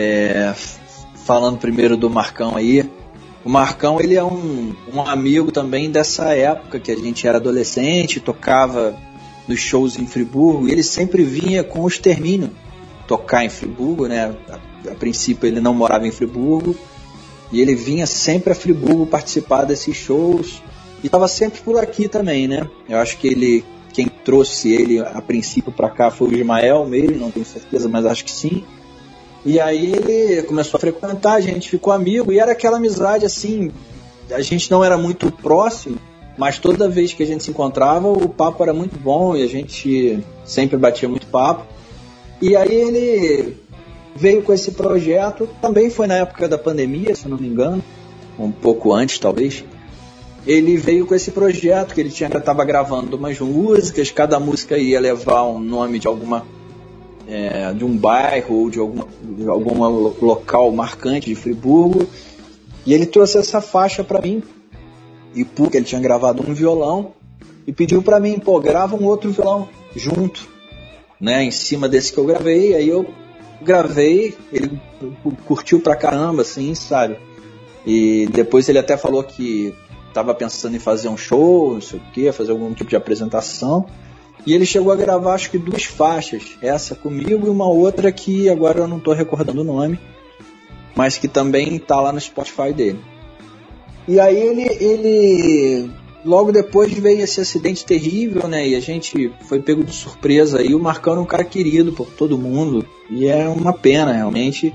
Speaker 4: é, falando primeiro do Marcão aí, o Marcão, ele é um, um amigo também dessa época que a gente era adolescente, tocava nos shows em Friburgo, e ele sempre vinha com o Extermínio tocar em Friburgo, né? A, a princípio ele não morava em Friburgo, e ele vinha sempre a Friburgo participar desses shows, e estava sempre por aqui também, né? Eu acho que ele quem trouxe ele a princípio para cá foi o Ismael mesmo, não tenho certeza, mas acho que sim. E aí ele começou a frequentar, a gente ficou amigo, e era aquela amizade assim, a gente não era muito próximo, mas toda vez que a gente se encontrava, o papo era muito bom e a gente sempre batia muito papo. E aí ele veio com esse projeto, também foi na época da pandemia, se eu não me engano, um pouco antes talvez. Ele veio com esse projeto que ele tinha, estava gravando umas músicas, cada música ia levar um nome de alguma é, de um bairro ou de alguma, de algum local marcante de Friburgo, e ele trouxe essa faixa para mim, e porque ele tinha gravado um violão, e pediu para mim, pô, grava um outro violão junto, né, em cima desse que eu gravei. Aí eu gravei, ele curtiu pra caramba, assim, sabe, e depois ele até falou que estava pensando em fazer um show, não sei o que, fazer algum tipo de apresentação. E ele chegou a gravar acho que duas faixas, essa comigo e uma outra que agora eu não estou recordando o nome, mas que também está lá no Spotify dele. E aí ele, ele logo depois veio esse acidente terrível, né? E a gente foi pego de surpresa aí, o Marcão é um cara querido por todo mundo, e é uma pena realmente.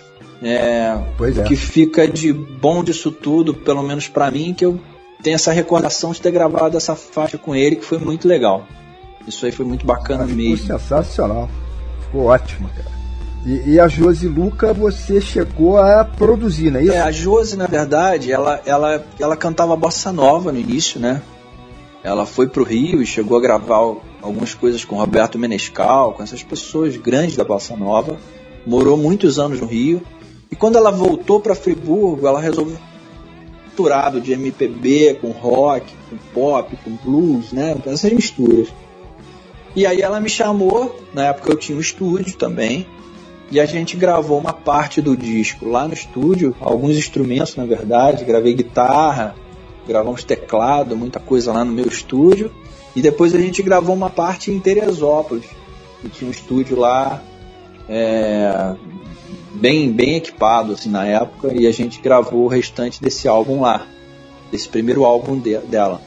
Speaker 4: É,
Speaker 2: pois é.
Speaker 4: O que fica de bom disso tudo, pelo menos pra mim, que eu tenho essa recordação de ter gravado essa faixa com ele, que foi muito legal. Isso aí foi muito bacana. Ficou mesmo.
Speaker 2: Ficou sensacional. Ficou ótimo, cara. E, e a Josi Luca você chegou a produzir, não é isso?
Speaker 4: É, a Josi, na verdade, ela, ela, ela cantava bossa nova no início, né? Ela foi pro Rio e chegou a gravar algumas coisas com Roberto Menescal, com essas pessoas grandes da bossa nova. Morou muitos anos no Rio. E quando ela voltou para Friburgo, ela resolveu misturado de M P B com rock, com pop, com blues, né? Essas misturas. E aí ela me chamou, na época eu tinha um estúdio também, e a gente gravou uma parte do disco lá no estúdio, alguns instrumentos na verdade, gravei guitarra, gravamos teclado, muita coisa lá no meu estúdio, e depois a gente gravou uma parte em Teresópolis, que tinha um estúdio lá, é, bem, bem equipado assim, na época, e a gente gravou o restante desse álbum lá, desse primeiro álbum de, dela.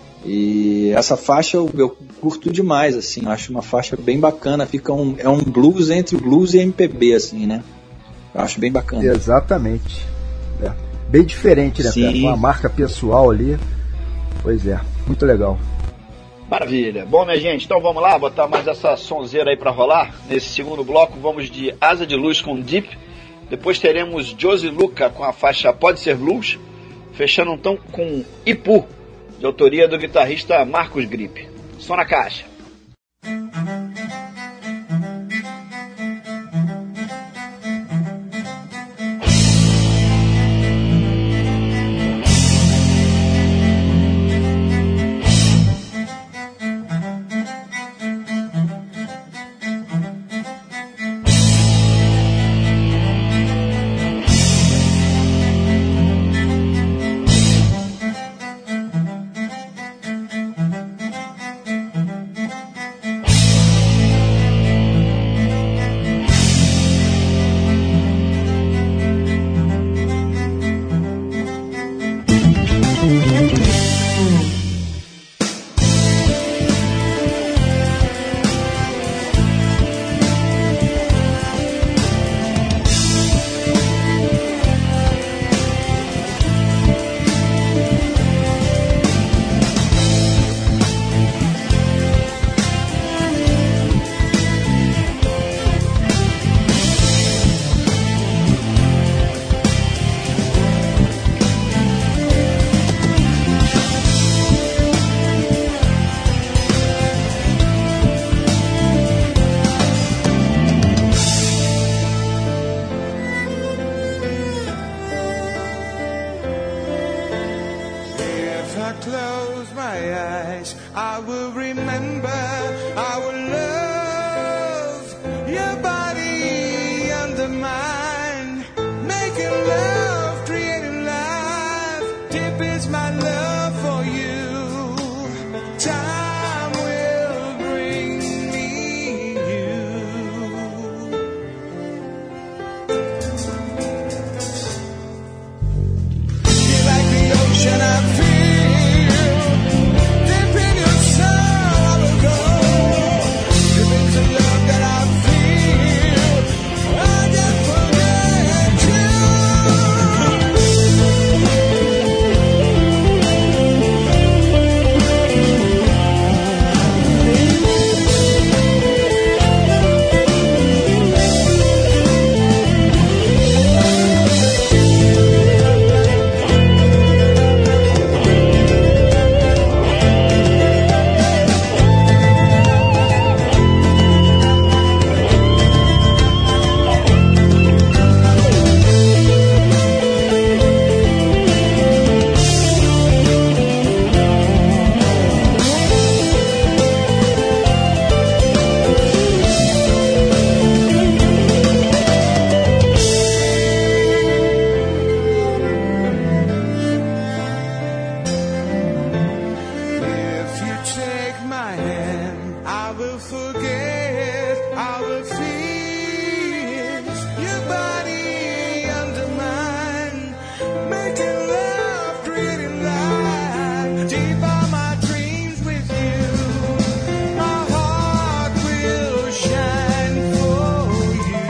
Speaker 4: E essa faixa eu, eu curto demais, assim, eu acho uma faixa bem bacana, fica um, é um blues entre blues e M P B, assim, né? Eu acho bem bacana.
Speaker 2: Exatamente. É. Bem diferente, né?
Speaker 4: Sim.
Speaker 2: Uma marca pessoal ali. Pois é, muito legal.
Speaker 3: Maravilha. Bom, minha gente, então vamos lá, botar mais essa sonzeira aí pra rolar. Nesse segundo bloco vamos de Asa de Luz com Deep. Depois teremos Josi Luca com a faixa Pode Ser Blues. Fechando então com Ipu, de autoria do guitarrista Marcos Grip. Só na caixa.
Speaker 5: Ocean I feel deep in your soul. forget all the feelings your body under mine, making love, creating life. Deep are my dreams with you. My heart will shine for you.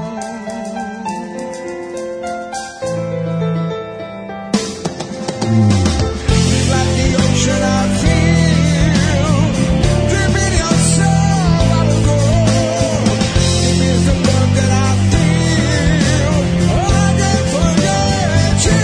Speaker 5: Like the ocean I feel, deep in your soul I will go. Deep is the love that I feel, I can't forget you.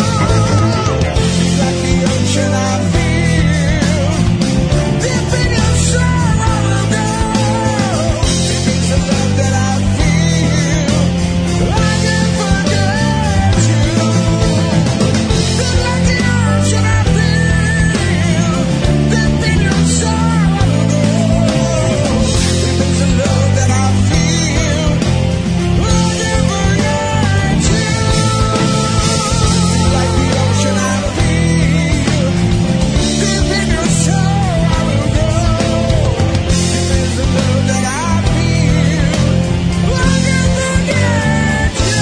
Speaker 5: Like the ocean I feel, deep in your soul I will go. Deep is the love that I feel, I can't forget you. Like the ocean I feel, deep in your soul I will go. Deep is the love that I feel, I can't forget you. Like the ocean I feel, deep in your soul I will go. Deep is the love that I feel, I can't forget you.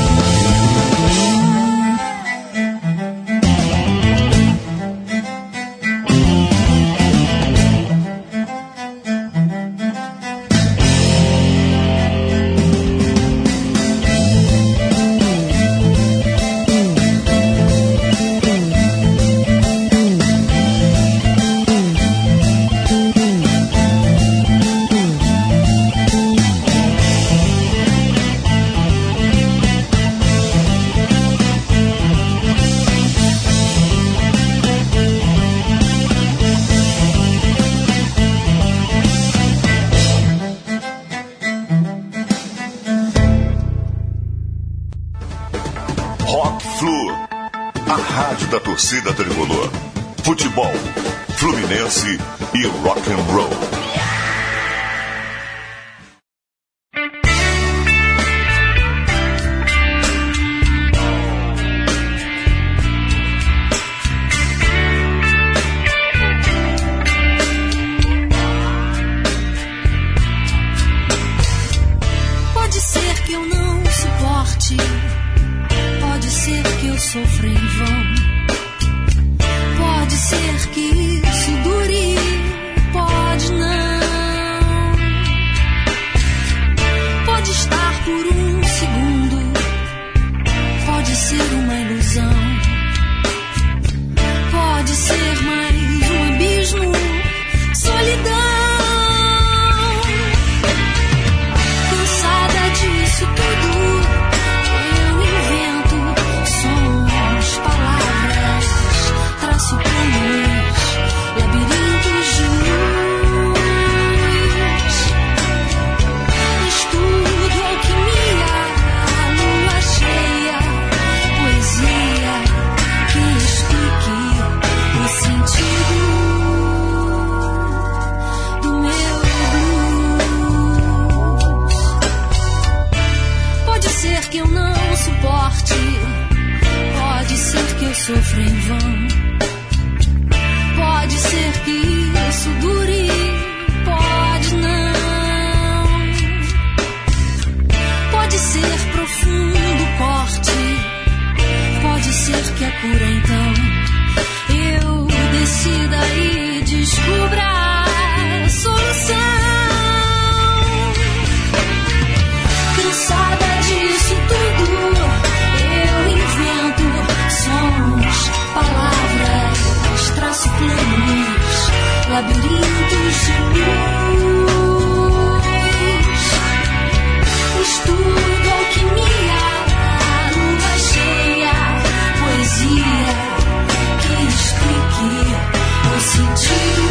Speaker 6: Rock Flu, a rádio da torcida tricolor. Futebol, Fluminense e rock and roll.
Speaker 7: Pode ser que eu não suporte, pode ser que eu sofra em vão, pode ser que isso dure, pode não. Pode estar por um segundo, pode ser uma ilusão, pode ser mais um abismo, solidão. Cansada disso tudo, eu invento sons, palavras, traço planos, labirintos de luz. Estudo alquimia, lua cheia, poesia que explique o sentido do meu blues. Pode ser que eu não suporte, pode ser que eu sofra em vão, pode ser que isso dure, pode não. Pode ser profundo corte, pode ser que a cura então eu decida e descubra a solução. Cansada disso tudo, eu invento sons, palavras, traço planos, labirintos de luz. Estudo alquimia, lua cheia, poesia que explique o sentido.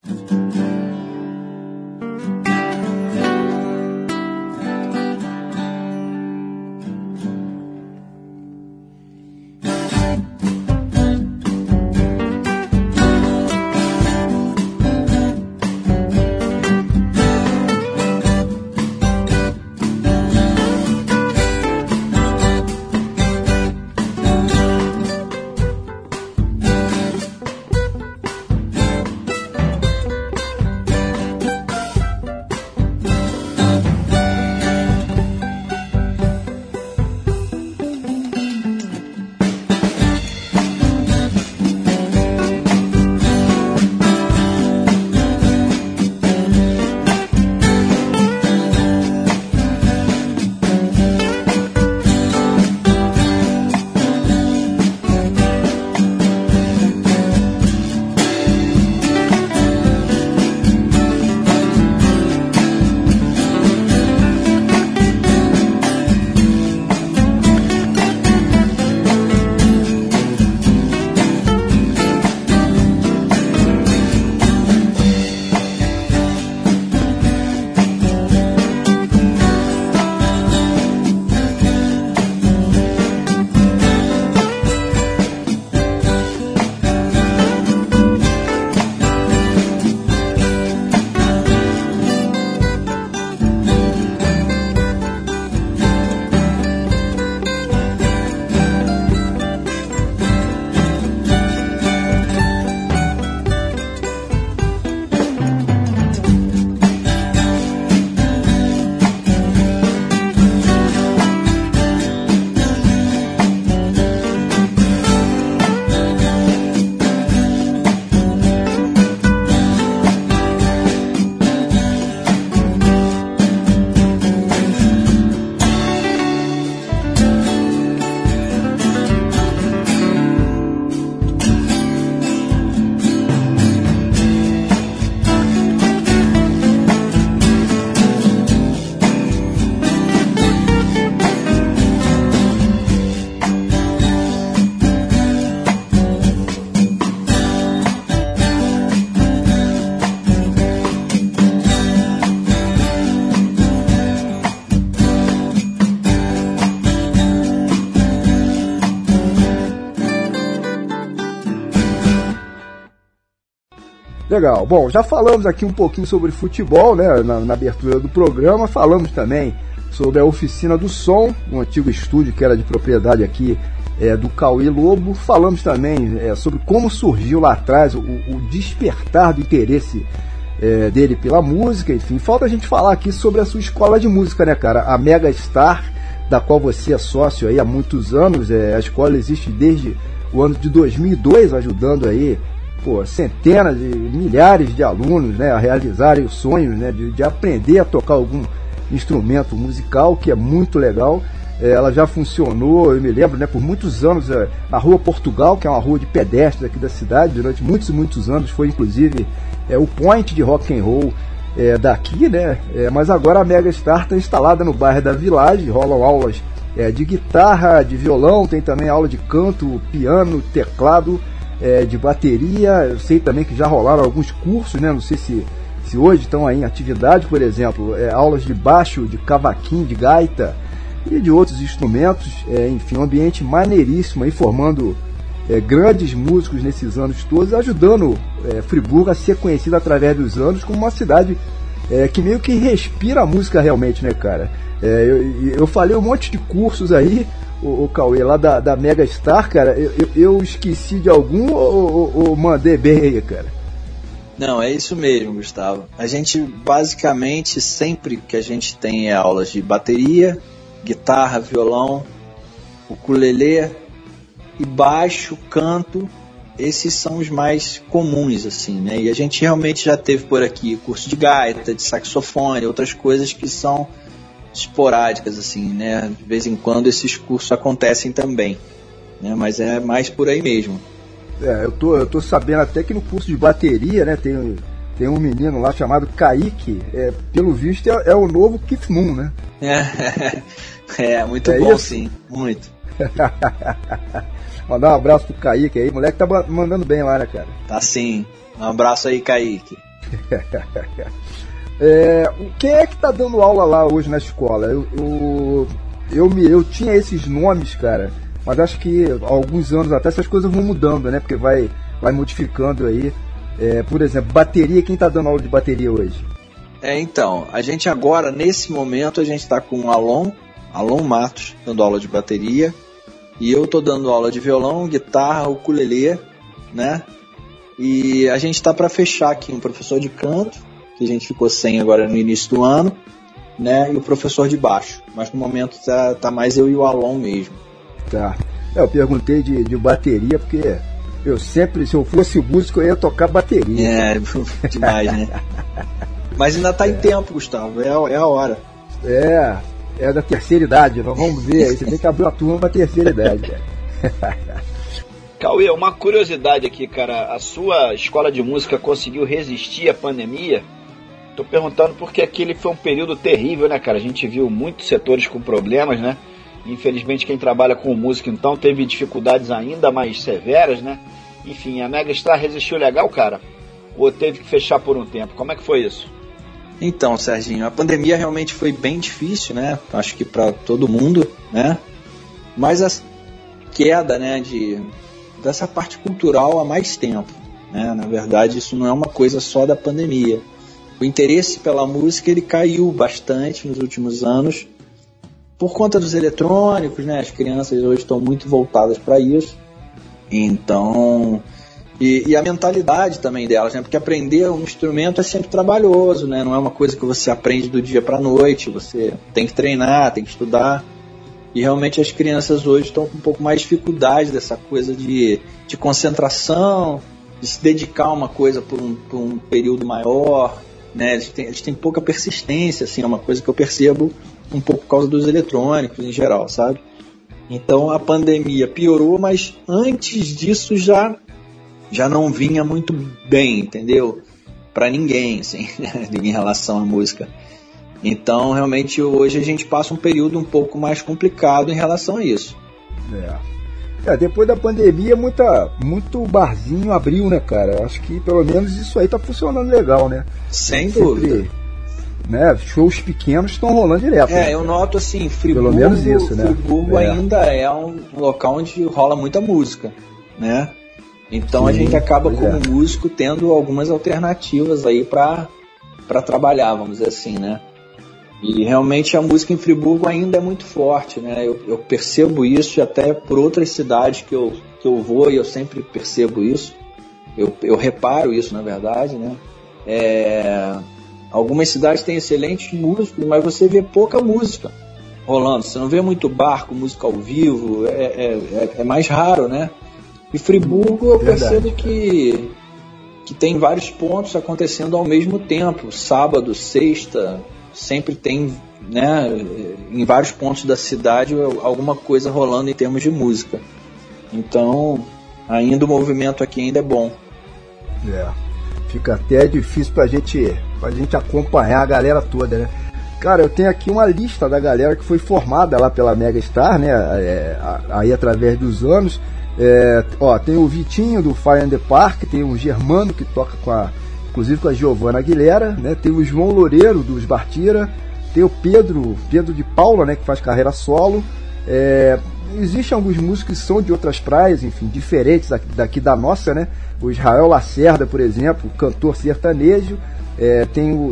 Speaker 2: Legal. Bom, já falamos aqui um pouquinho sobre futebol, né, na, na abertura do programa. Falamos também sobre a Oficina do Som, um antigo estúdio que era de propriedade aqui é, do Cauê Lobo. Falamos também é, sobre como surgiu lá atrás o, o despertar do interesse é, dele pela música. Enfim, falta a gente falar aqui sobre a sua escola de música, né, cara? A Mega Star, da qual você é sócio aí há muitos anos. É, a escola existe desde o ano de dois mil e dois, ajudando aí pô, centenas de milhares de alunos, né, a realizarem os sonhos, né, de, de aprender a tocar algum instrumento musical, que é muito legal. É, ela já funcionou, eu me lembro, né, por muitos anos é, na Rua Portugal, que é uma rua de pedestres aqui da cidade, durante muitos e muitos anos foi inclusive é, o point de rock and roll é, daqui, né, é, mas agora a Mega Star está instalada no bairro da Village. Rolam aulas é, de guitarra, de violão, tem também aula de canto, piano, teclado, É, de bateria. Eu sei também que já rolaram alguns cursos, né? Não sei se, se hoje estão aí em atividade, por exemplo, é, aulas de baixo, de cavaquinho, de gaita e de outros instrumentos. É, enfim, um ambiente maneiríssimo aí, formando é, grandes músicos nesses anos todos, ajudando é, Friburgo a ser conhecida através dos anos como uma cidade é, que meio que respira a música realmente, né, cara? É, eu, eu falei um monte de cursos aí, o, o Cauê, lá da, da Mega Star, cara. Eu, eu, eu esqueci de algum ou, ou, ou mandei bem aí, cara?
Speaker 4: Não, é isso mesmo, Gustavo. A gente, basicamente, sempre que a gente tem aulas de bateria, guitarra, violão, ukulele e baixo, canto, esses são os mais comuns, assim, né? E a gente realmente já teve por aqui curso de gaita, de saxofone, outras coisas que são esporádicas, assim, né? De vez em quando esses cursos acontecem também, né? Mas é mais por aí mesmo.
Speaker 2: É, eu tô, eu tô sabendo até que no curso de bateria, né, tem, tem um menino lá chamado Kaique, é, pelo visto é, é o novo Keith Moon, né?
Speaker 4: É, é muito é bom, isso? Sim, muito.
Speaker 2: Mandar um abraço pro Kaique aí, moleque tá mandando bem lá, né, cara?
Speaker 4: Tá sim, um abraço aí, Kaique.
Speaker 2: É, quem é que tá dando aula lá hoje na escola? Eu, eu, eu, me, eu tinha esses nomes, cara, mas acho que há alguns anos até essas coisas vão mudando, né? Porque vai, vai modificando aí. É, por exemplo, bateria, quem tá dando aula de bateria hoje?
Speaker 4: É, então, a gente agora, nesse momento, a gente está com o Alon, Alon Matos, dando aula de bateria, e eu tô dando aula de violão, guitarra, ukulele, né? E a gente está para fechar aqui um professor de canto, que a gente ficou sem agora no início do ano, né? E o professor de baixo. Mas no momento tá, tá mais eu e o Alon mesmo.
Speaker 2: Tá. Eu perguntei de, de bateria porque eu sempre, se eu fosse músico, eu ia tocar bateria.
Speaker 4: É, demais, né? Mas ainda tá em tempo, Gustavo. É, é a hora.
Speaker 2: É, é da terceira idade. Nós vamos ver aí. Você tem que abrir uma turma pra terceira idade.
Speaker 3: Cauê, uma curiosidade aqui, cara. A sua escola de música conseguiu resistir à pandemia? Tô perguntando porque aquele foi um período terrível, né, cara? A gente viu muitos setores com problemas, né? Infelizmente, quem trabalha com música, então, teve dificuldades ainda mais severas, né? Enfim, a Mega Star resistiu legal, cara? Ou teve que fechar por um tempo? Como é que foi isso?
Speaker 4: Então, Serginho, a pandemia realmente foi bem difícil, né? Acho que para todo mundo, né? Mas a queda, né, de, dessa parte cultural há mais tempo, né? Na verdade, isso não é uma coisa só da pandemia. O interesse pela música, ele caiu bastante nos últimos anos por conta dos eletrônicos, né? As crianças hoje estão muito voltadas para isso. Então, e, e a mentalidade também delas, né? Porque aprender um instrumento é sempre trabalhoso, né? Não é uma coisa que você aprende do dia para a noite. Você tem que treinar, tem que estudar. E realmente as crianças hoje estão com um pouco mais de dificuldade dessa coisa de, de concentração, de se dedicar a uma coisa por um, por um período maior, né? Eles têm, eles têm pouca persistência, assim, é uma coisa que eu percebo um pouco por causa dos eletrônicos em geral, sabe? Então a pandemia piorou, mas antes disso já, já não vinha muito bem, entendeu? Para ninguém, assim, em relação à música. Então realmente hoje a gente passa um período um pouco mais complicado em relação a isso.
Speaker 2: É, é depois da pandemia muita, muito barzinho abriu, né, cara? Acho que pelo menos isso aí tá funcionando legal, né?
Speaker 4: Sem
Speaker 2: Sempre,
Speaker 4: dúvida.
Speaker 2: Né, shows pequenos estão rolando direto.
Speaker 4: É,
Speaker 2: né?
Speaker 4: eu noto assim, Friburgo,
Speaker 2: pelo menos isso, né?
Speaker 4: Friburgo
Speaker 2: é.
Speaker 4: ainda é um local onde rola muita música, né? Então Sim, a gente acaba como é. músico tendo algumas alternativas aí para para trabalhar, vamos dizer assim, né? E realmente a música em Friburgo ainda é muito forte, né? Eu, eu percebo isso até por outras cidades que eu, que eu vou e eu sempre percebo isso. Eu, eu reparo isso, na verdade, né? É, algumas cidades têm excelentes músicos, mas você vê pouca música rolando. Você não vê muito bar com música ao vivo, é, é, é mais raro, né? E Friburgo eu verdade. percebo que, que tem vários pontos acontecendo ao mesmo tempo. Sábado, sexta... sempre tem, né, em vários pontos da cidade alguma coisa rolando em termos de música. Então, ainda o movimento aqui ainda é bom.
Speaker 2: É, fica até difícil pra gente, pra gente acompanhar a galera toda, né? Cara, eu tenho aqui uma lista da galera que foi formada lá pela Mega Star, né, é, aí através dos anos. É, ó, tem o Vitinho do Fire and the Park, tem o Germano que toca com a inclusive com a Giovana Aguilera, né? Tem o João Loureiro dos Bartira, tem o Pedro, Pedro de Paula, né, que faz carreira solo. É, existem alguns músicos que são de outras praias, enfim, diferentes daqui, daqui da nossa, né? O Israel Lacerda, por exemplo, cantor sertanejo. É, tem o,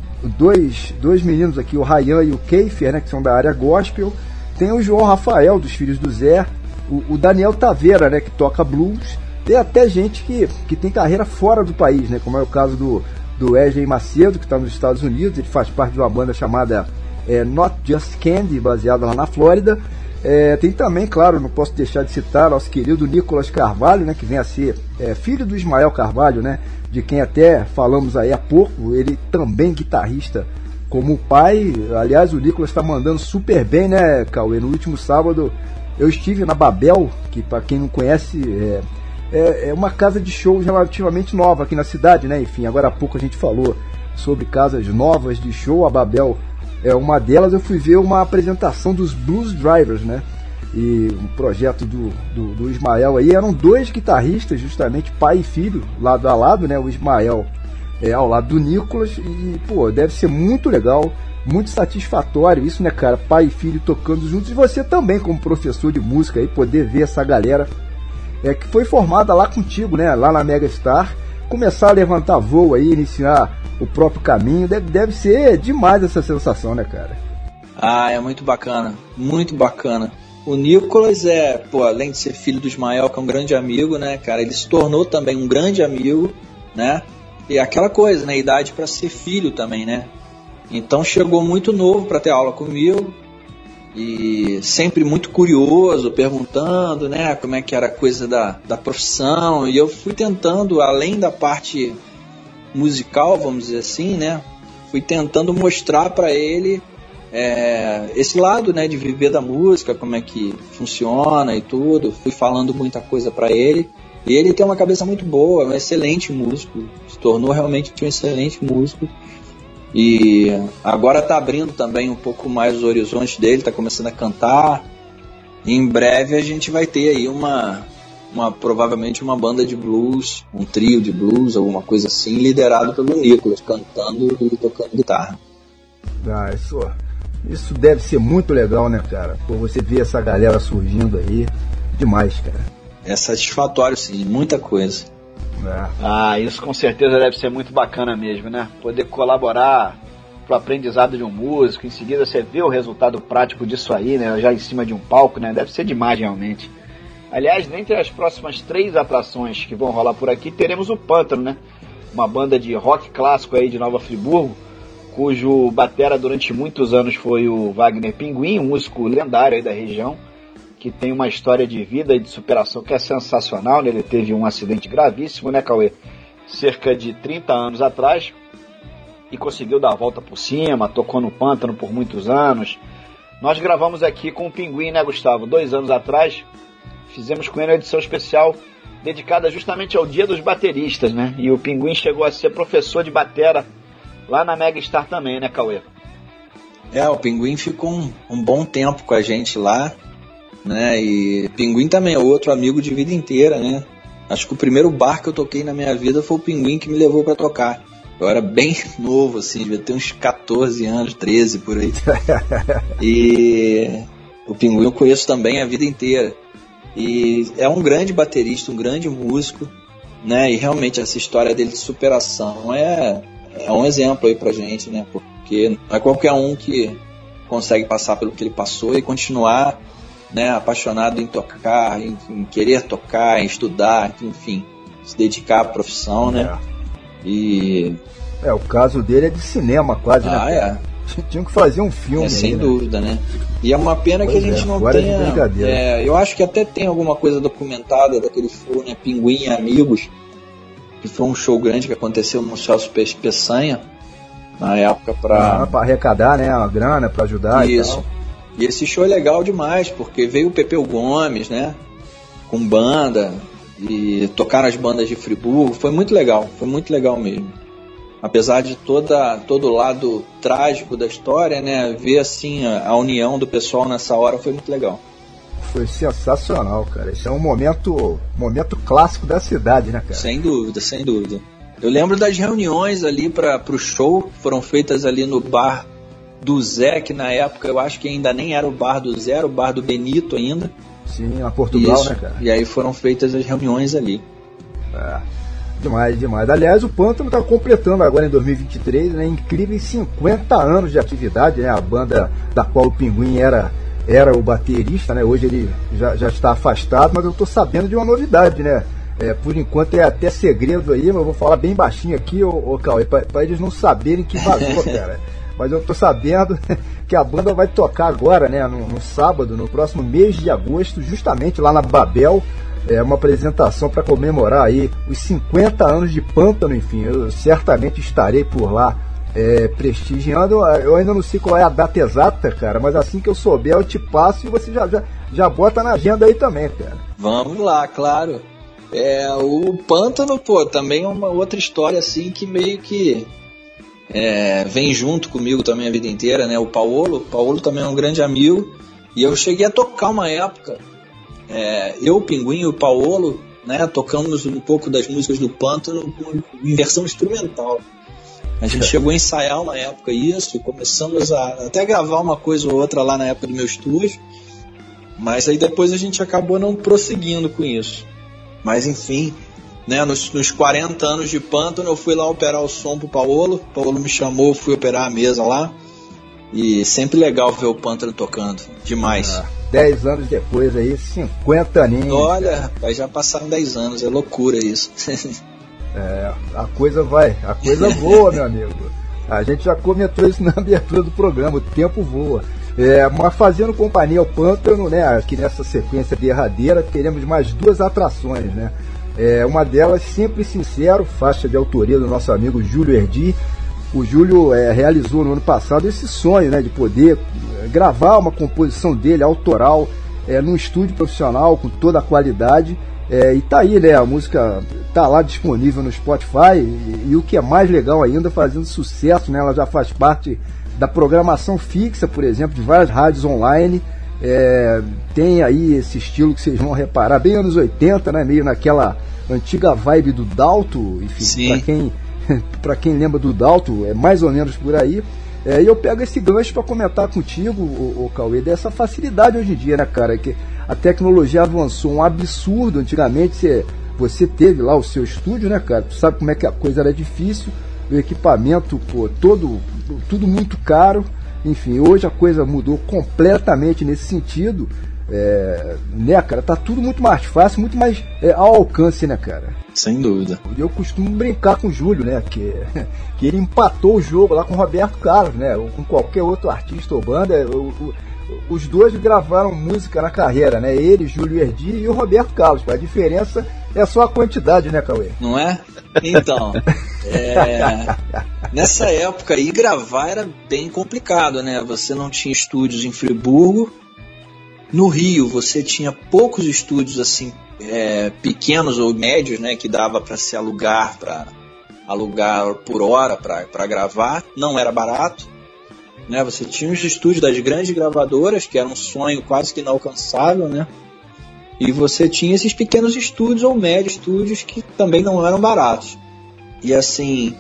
Speaker 2: dois, dois meninos aqui, o Ryan e o Keifer, né, que são da área gospel. Tem o João Rafael dos Filhos do Zé, o, o Daniel Taveira, né, que toca blues. Tem até gente que, que tem carreira fora do país, né? Como é o caso do, do Wesley Macedo, que está nos Estados Unidos. Ele faz parte de uma banda chamada é, Not Just Candy, baseada lá na Flórida. É, tem também, claro, não posso deixar de citar nosso querido Nicolas Carvalho, né? Que vem a ser é, filho do Ismael Carvalho, né? De quem até falamos aí há pouco. Ele também guitarrista como o pai. Aliás, o Nicolas está mandando super bem, né, Cauê? No último sábado eu estive na Babel, que para quem não conhece... É, É uma casa de shows relativamente nova aqui na cidade, né? Enfim, agora há pouco a gente falou sobre casas novas de show. A Babel é uma delas. Eu fui ver uma apresentação dos Blues Drivers, né? E um projeto do, do, do Ismael aí. Eram dois guitarristas, justamente pai e filho, lado a lado, né? O Ismael é, ao lado do Nicolas, e, pô, deve ser muito legal, muito satisfatório isso, né, cara? Pai e filho tocando juntos, e você também, como professor de música, aí, poder ver essa galera é, que foi formada lá contigo, né, lá na Mega Star, começar a levantar voo aí, iniciar o próprio caminho, deve, deve ser demais essa sensação, né, cara?
Speaker 4: Ah, é muito bacana, muito bacana. O Nicolas é, pô, além de ser filho do Ismael, que é um grande amigo, né, cara, ele se tornou também um grande amigo, né, e aquela coisa, né, idade para ser filho também, né, então chegou muito novo para ter aula comigo, e sempre muito curioso, perguntando, né, como é que era a coisa da, da profissão, e eu fui tentando, além da parte musical, vamos dizer assim, né, fui tentando mostrar para ele É, esse lado, né, de viver da música, como é que funciona e tudo. Fui falando muita coisa para ele, e ele tem uma cabeça muito boa, um excelente músico, se tornou realmente um excelente músico, e agora tá abrindo também um pouco mais os horizontes dele, tá começando a cantar, e em breve a gente vai ter aí uma, uma provavelmente uma banda de blues, um trio de blues, alguma coisa assim, liderado pelo Nicolas, cantando e tocando guitarra.
Speaker 2: Ah, isso, isso deve ser muito legal, né, cara? Por você ver essa galera surgindo aí, demais, cara.
Speaker 4: É satisfatório, sim, muita coisa.
Speaker 2: É.
Speaker 3: Ah, isso com certeza deve ser muito bacana mesmo, né? Poder colaborar pro aprendizado de um músico, em seguida você vê o resultado prático disso aí, né? Já em cima de um palco, né? Deve ser demais, realmente. Aliás, dentre as próximas três atrações que vão rolar por aqui, teremos o Pântano, né? Uma banda de rock clássico aí de Nova Friburgo, cujo batera durante muitos anos foi o Wagner Pinguim, um músico lendário aí da região, que tem uma história de vida e de superação que é sensacional, né? Ele teve um acidente gravíssimo, né, Cauê? Cerca de trinta anos atrás, e conseguiu dar a volta por cima, tocou no Pântano por muitos anos. Nós gravamos aqui com o Pinguim, né, Gustavo? Dois anos atrás, fizemos com ele uma edição especial dedicada justamente ao Dia dos Bateristas, né? E o Pinguim chegou a ser professor de batera lá na Mega Star também, né, Cauê?
Speaker 4: É, o Pinguim ficou um, um bom tempo com a gente lá, né, e Pinguim também é outro amigo de vida inteira, né. Acho que o primeiro bar que eu toquei na minha vida foi o Pinguim que me levou pra tocar. Eu era bem novo, assim, devia ter uns catorze anos, treze por aí. E o Pinguim eu conheço também a vida inteira. E é um grande baterista, um grande músico, né, e realmente essa história dele de superação é... é um exemplo aí pra gente, né? Porque não é qualquer um que consegue passar pelo que ele passou e continuar, né, apaixonado em tocar, em, em querer tocar, em estudar, enfim, se dedicar à profissão, né? É. E...
Speaker 2: É, o caso dele é de cinema quase,
Speaker 4: ah,
Speaker 2: né?
Speaker 4: É.
Speaker 2: Tinha que fazer um filme.
Speaker 4: É, sem
Speaker 2: aí,
Speaker 4: dúvida, né? E é uma pena
Speaker 2: pois
Speaker 4: que a gente
Speaker 2: é,
Speaker 4: não
Speaker 2: agora
Speaker 4: tenha...
Speaker 2: É de brincadeira.
Speaker 4: É, eu acho que até tem alguma coisa documentada daquele show, né? Pinguim e Amigos, que foi um show grande que aconteceu no Celso Peçanha, na época, para
Speaker 2: ah, arrecadar, né, a grana, para ajudar.
Speaker 4: Isso.
Speaker 2: E tal.
Speaker 4: E esse show é legal demais, porque veio o Pepeu Gomes, né, com banda, e tocaram as bandas de Friburgo, foi muito legal, foi muito legal mesmo. Apesar de toda, todo o lado trágico da história, né, ver assim a, a união do pessoal nessa hora foi muito legal.
Speaker 2: Foi sensacional, cara. Esse é um momento, momento clássico da cidade, né, cara?
Speaker 4: Sem dúvida, sem dúvida. Eu lembro das reuniões ali para o show, foram feitas ali no bar do Zé, que na época eu acho que ainda nem era o bar do Zé, era o bar do Benito ainda.
Speaker 2: Sim, na Portugal,
Speaker 4: Isso.
Speaker 2: né, cara?
Speaker 4: E aí foram feitas as reuniões ali.
Speaker 2: É, demais, demais. Aliás, o Pântano está completando agora em dois mil e vinte e três, né, incríveis cinquenta anos de atividade, né? A banda da qual o Pinguim era... era o baterista, né? Hoje ele já, já está afastado, mas eu estou sabendo de uma novidade, né? É, por enquanto é até segredo aí, mas eu vou falar bem baixinho aqui, ô, ô Cauê, para eles não saberem que vazou, cara. Mas eu estou sabendo que a banda vai tocar agora, né? No, no sábado, no próximo mês de agosto, justamente lá na Babel, é uma apresentação para comemorar aí os cinquenta anos de Pântano, enfim, eu certamente estarei por lá. É, prestigiando. Eu ainda não sei qual é a data exata, cara, mas assim que eu souber eu te passo e você já, já, já bota na agenda aí também, cara.
Speaker 4: Vamos lá, claro. É, o Pântano, pô, também é uma outra história assim que meio que é, vem junto comigo também a vida inteira, né? O Paolo, o Paolo também é um grande amigo, e eu cheguei a tocar uma época, é, eu, o Pinguim e o Paolo, né, tocamos um pouco das músicas do Pântano em versão instrumental. A gente chegou a ensaiar uma época isso, e começamos a até gravar uma coisa ou outra lá na época do meu estúdio, mas aí depois a gente acabou não prosseguindo com isso. Mas enfim, né, nos, nos quarenta anos de Pântano eu fui lá operar o som pro Paolo, o Paolo me chamou, fui operar a mesa lá, e sempre legal ver o Pântano tocando, demais.
Speaker 2: Ah, dez anos depois aí, cinquenta aninhos.
Speaker 4: Olha, rapaz, já passaram dez anos, é loucura isso.
Speaker 2: É, a coisa vai, a coisa voa, meu amigo. A gente já comentou isso na abertura do programa, o tempo voa. É, mas fazendo companhia ao Pântano, né, aqui nessa sequência derradeira, teremos mais duas atrações, né? É, uma delas, Sempre Sincero, faixa de autoria do nosso amigo Júlio Erdi. O Júlio é, realizou no ano passado esse sonho, né, de poder gravar uma composição dele, autoral, é, num estúdio profissional, com toda a qualidade. É, e tá aí, né, a música tá lá disponível no Spotify, e, e o que é mais legal ainda, fazendo sucesso, né, ela já faz parte da programação fixa, por exemplo, de várias rádios online. É, tem aí esse estilo que vocês vão reparar, bem anos oitenta, né, meio naquela antiga vibe do Dalto, enfim, para quem, pra quem lembra do Dalto, é mais ou menos por aí. É, e eu pego esse gancho para comentar contigo, o, o Cauê, dessa facilidade hoje em dia, né, cara, que a tecnologia avançou um absurdo. Antigamente você, você teve lá o seu estúdio, né, cara, tu sabe como é que a coisa era difícil, o equipamento, pô, todo, tudo muito caro. Enfim, hoje a coisa mudou completamente nesse sentido, é, né, cara, tá tudo muito mais fácil, muito mais é, ao alcance, né, cara.
Speaker 4: Sem dúvida.
Speaker 2: Eu costumo brincar com o Júlio, né, que, que ele empatou o jogo lá com o Roberto Carlos, né, ou com qualquer outro artista ou banda. O, o, os dois gravaram música na carreira, né, ele, Júlio Erdi e o Roberto Carlos. A diferença é só a quantidade, né, Cauê?
Speaker 4: Não é? Então, é, nessa época aí gravar era bem complicado, né? Você não tinha estúdios em Friburgo. No Rio você tinha poucos estúdios assim, é, pequenos ou médios, né, que dava para se alugar, para alugar por hora para gravar. Não era barato, né? Você tinha os estúdios das grandes gravadoras, que era um sonho quase que inalcançável, né? E você tinha esses pequenos estúdios ou médios estúdios que também não eram baratos. E assim,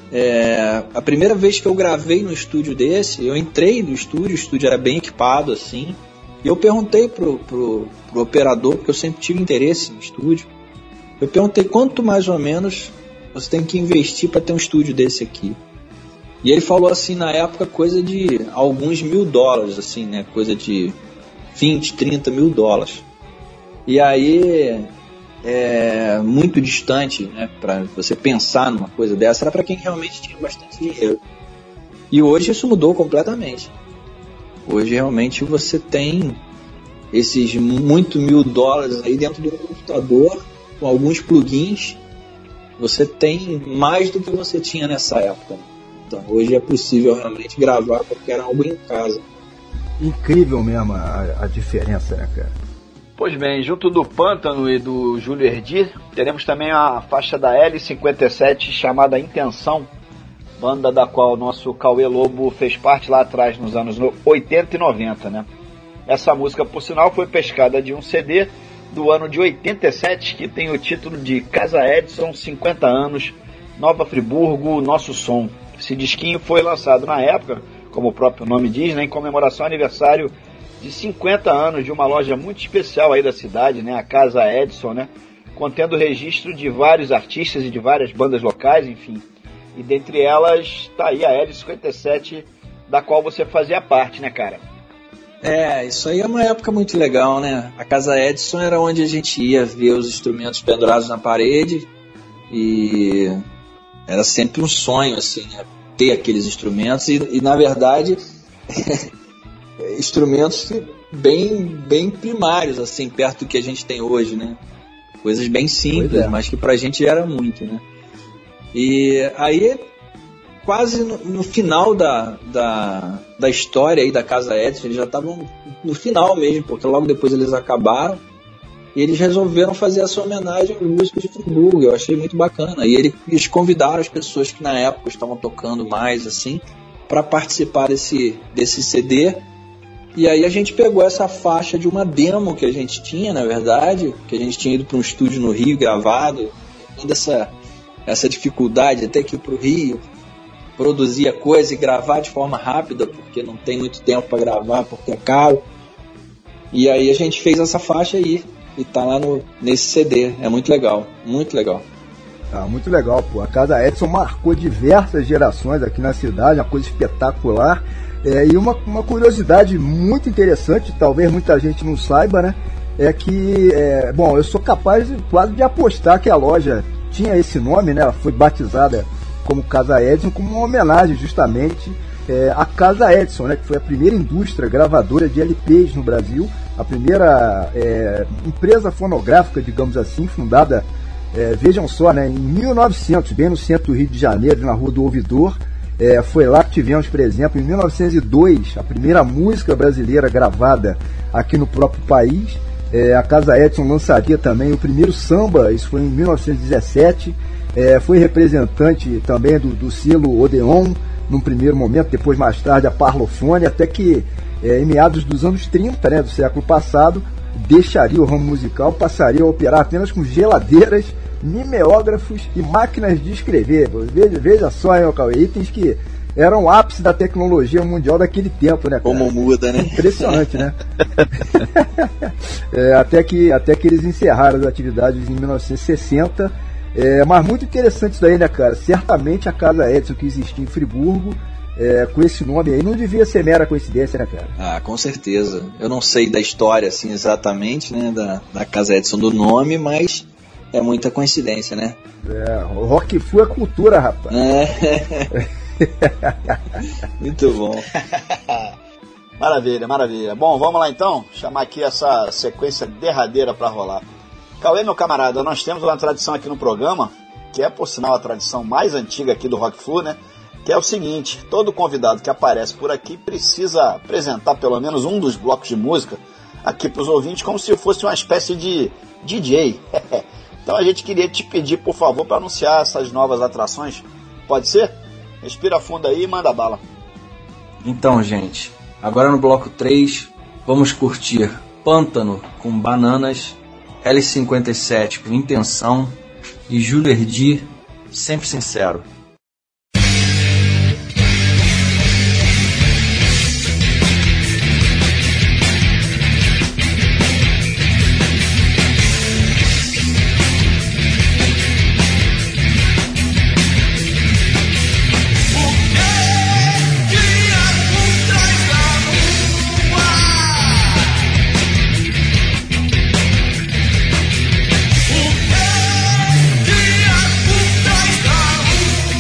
Speaker 4: é, a primeira vez que eu gravei no estúdio desse, eu entrei no estúdio, o estúdio era bem equipado assim, e eu perguntei pro, pro, pro operador, porque eu sempre tive interesse no estúdio, eu perguntei quanto mais ou menos você tem que investir para ter um estúdio desse aqui. E ele falou assim, na época, coisa de alguns mil dólares, assim, né, coisa de vinte, trinta mil dólares. E aí, é muito distante, né, para você pensar numa coisa dessa, era para quem realmente tinha bastante dinheiro. E hoje isso mudou completamente. Hoje realmente você tem esses muito mil dólares aí dentro do computador, com alguns plugins, você tem mais do que você tinha nessa época. Então hoje é possível realmente gravar qualquer algo em casa.
Speaker 2: Incrível mesmo a, a diferença, né, cara?
Speaker 3: Pois bem, junto do Pântano e do Júlio Erdi, teremos também a faixa da L cinquenta e sete chamada Intenção, banda da qual o nosso Cauê Lobo fez parte lá atrás, nos anos oitenta e noventa, né? Essa música, por sinal, foi pescada de um C D do ano de oitenta e sete, que tem o título de Casa Edson, cinquenta anos, Nova Friburgo, Nosso Som. Esse disquinho foi lançado na época, como o próprio nome diz, né, em comemoração ao aniversário de cinquenta anos de uma loja muito especial aí da cidade, né, a Casa Edson, né, contendo registro de vários artistas e de várias bandas locais, enfim. E dentre elas está aí a L cinquenta e sete, da qual você fazia parte, né, cara?
Speaker 4: É, isso aí é uma época muito legal, né? A Casa Edson era onde a gente ia ver os instrumentos pendurados na parede, e era sempre um sonho, assim, né, ter aqueles instrumentos, e, e na verdade instrumentos bem, bem primários, assim, perto do que a gente tem hoje, né? Coisas bem simples, é. Mas que pra gente era muito, né? E aí, quase no, no final da, da, da história aí da Casa Edson, eles já estavam no final mesmo, porque logo depois eles acabaram, e eles resolveram fazer essa homenagem aos músicos de Friburgo. Eu achei muito bacana. E eles, eles convidaram as pessoas que na época estavam tocando mais, assim, para participar desse, desse C D. E aí a gente pegou essa faixa de uma demo que a gente tinha, na verdade, que a gente tinha ido para um estúdio no Rio, gravado, toda essa, essa dificuldade até que ir para o Rio, produzir a coisa e gravar de forma rápida, porque não tem muito tempo para gravar, porque é caro. E aí a gente fez essa faixa aí, e tá lá no, nesse C D, é muito legal, muito legal.
Speaker 2: Ah, muito legal, pô. A Casa Edson marcou diversas gerações aqui na cidade, uma coisa espetacular. É, e uma, uma curiosidade muito interessante, talvez muita gente não saiba, né? É que, é, bom, eu sou capaz de, quase de apostar que a loja tinha esse nome, né? Ela foi batizada como Casa Edson, como uma homenagem justamente é, à Casa Edson, né? Que foi a primeira indústria gravadora de L Ps no Brasil, a primeira é, empresa fonográfica, digamos assim, fundada, é, vejam só, né? Em mil e novecentos, bem no centro do Rio de Janeiro, na Rua do Ouvidor. É, foi lá que tivemos, por exemplo, em mil novecentos e dois, a primeira música brasileira gravada aqui no próprio país. É, a Casa Edson lançaria também o primeiro samba, isso foi em mil novecentos e dezessete. É, foi representante também do, do selo Odeon, num primeiro momento, depois mais tarde a Parlophone, até que é, em meados dos anos trinta, né, do século passado, deixaria o ramo musical, passaria a operar apenas com geladeiras, mimeógrafos e máquinas de escrever. Veja, veja só, hein, Cauê, itens que eram o ápice da tecnologia mundial daquele tempo, né, cara?
Speaker 4: Como muda, né?
Speaker 2: Impressionante, né? é, até, que, até que eles encerraram as atividades em mil novecentos e sessenta. É, mas muito interessante isso daí, né, cara? Certamente a Casa Edson que existia em Friburgo, é, com esse nome aí, não devia ser mera coincidência, né, cara?
Speaker 4: Ah, com certeza. Eu não sei da história, assim, exatamente, né, da, da Casa Edson, do nome, mas é muita coincidência, né?
Speaker 2: É, o Rock Flu é cultura, rapaz.
Speaker 4: É. Muito bom.
Speaker 3: Maravilha, maravilha. Bom, vamos lá então, chamar aqui essa sequência derradeira para rolar. Cauê, meu camarada, nós temos uma tradição aqui no programa, que é, por sinal, a tradição mais antiga aqui do Rock Flu, né? Que é o seguinte: todo convidado que aparece por aqui precisa apresentar pelo menos um dos blocos de música aqui para os ouvintes, como se fosse uma espécie de D J. Então a gente queria te pedir, por favor, para anunciar essas novas atrações. Pode ser? Respira fundo aí e manda bala.
Speaker 4: Então, gente, agora no bloco três, vamos curtir Pântano com Bananas, L cinquenta e sete com Intenção e Julerdi, Sempre Sincero.
Speaker 5: O que tinha por trás da lua?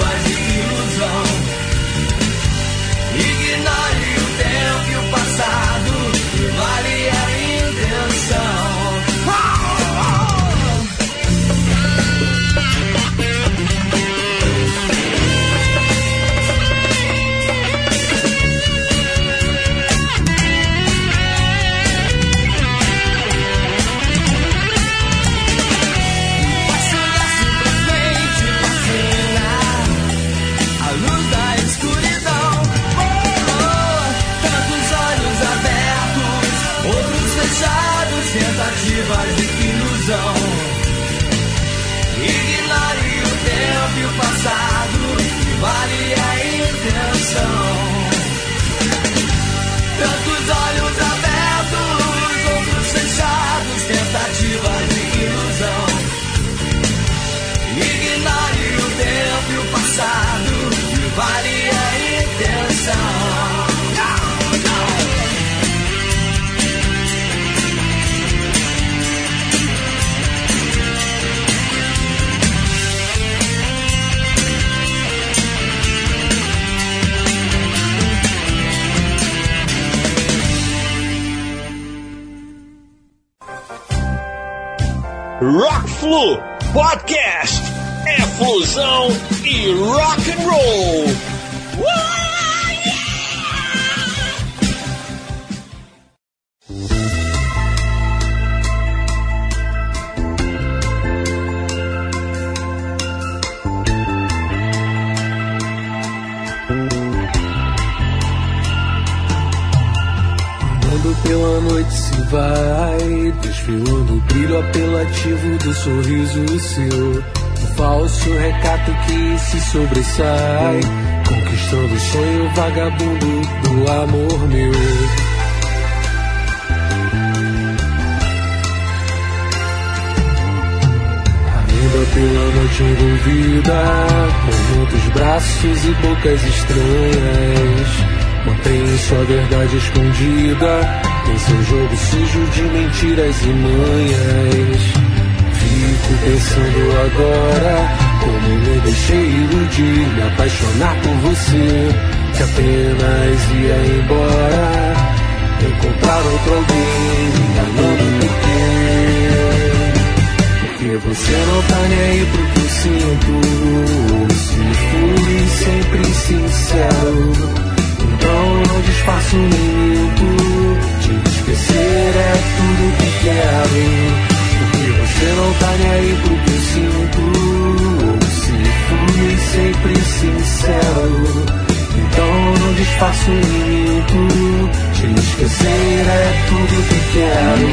Speaker 1: tentativas de ilusão. Ignore o tempo e o passado, vale a intenção. Tentativas de ilusão. Ignore o tempo e o passado, vale a intenção. Tantos olhos abertos, outros fechados, tentativas de ilusão. Ignore o tempo e o passado, vale a intenção.
Speaker 8: Rock Flu Podcast é fusão e rock and roll. Uh!
Speaker 1: Pela noite se vai, desfilando o brilho apelativo do sorriso seu. Um falso recato que se sobressai, conquistando o sonho vagabundo do amor meu. Ainda pela noite envolvida, com muitos braços e bocas estranhas, mantém sua verdade escondida em seu jogo sujo de mentiras e manhas. Fico pensando agora como me deixei iludir, me apaixonar por você, que apenas ia embora, encontrar outro alguém, me enganando por quê? Porque você não tá nem aí pro que eu sinto, se fui sempre sincero. Então não disfarço nem minto, te esquecer é tudo que quero. Porque você não tá nem aí pro que eu sinto, ou se fui sempre sincero. Então não disfarço nem minto, te esquecer é tudo que quero.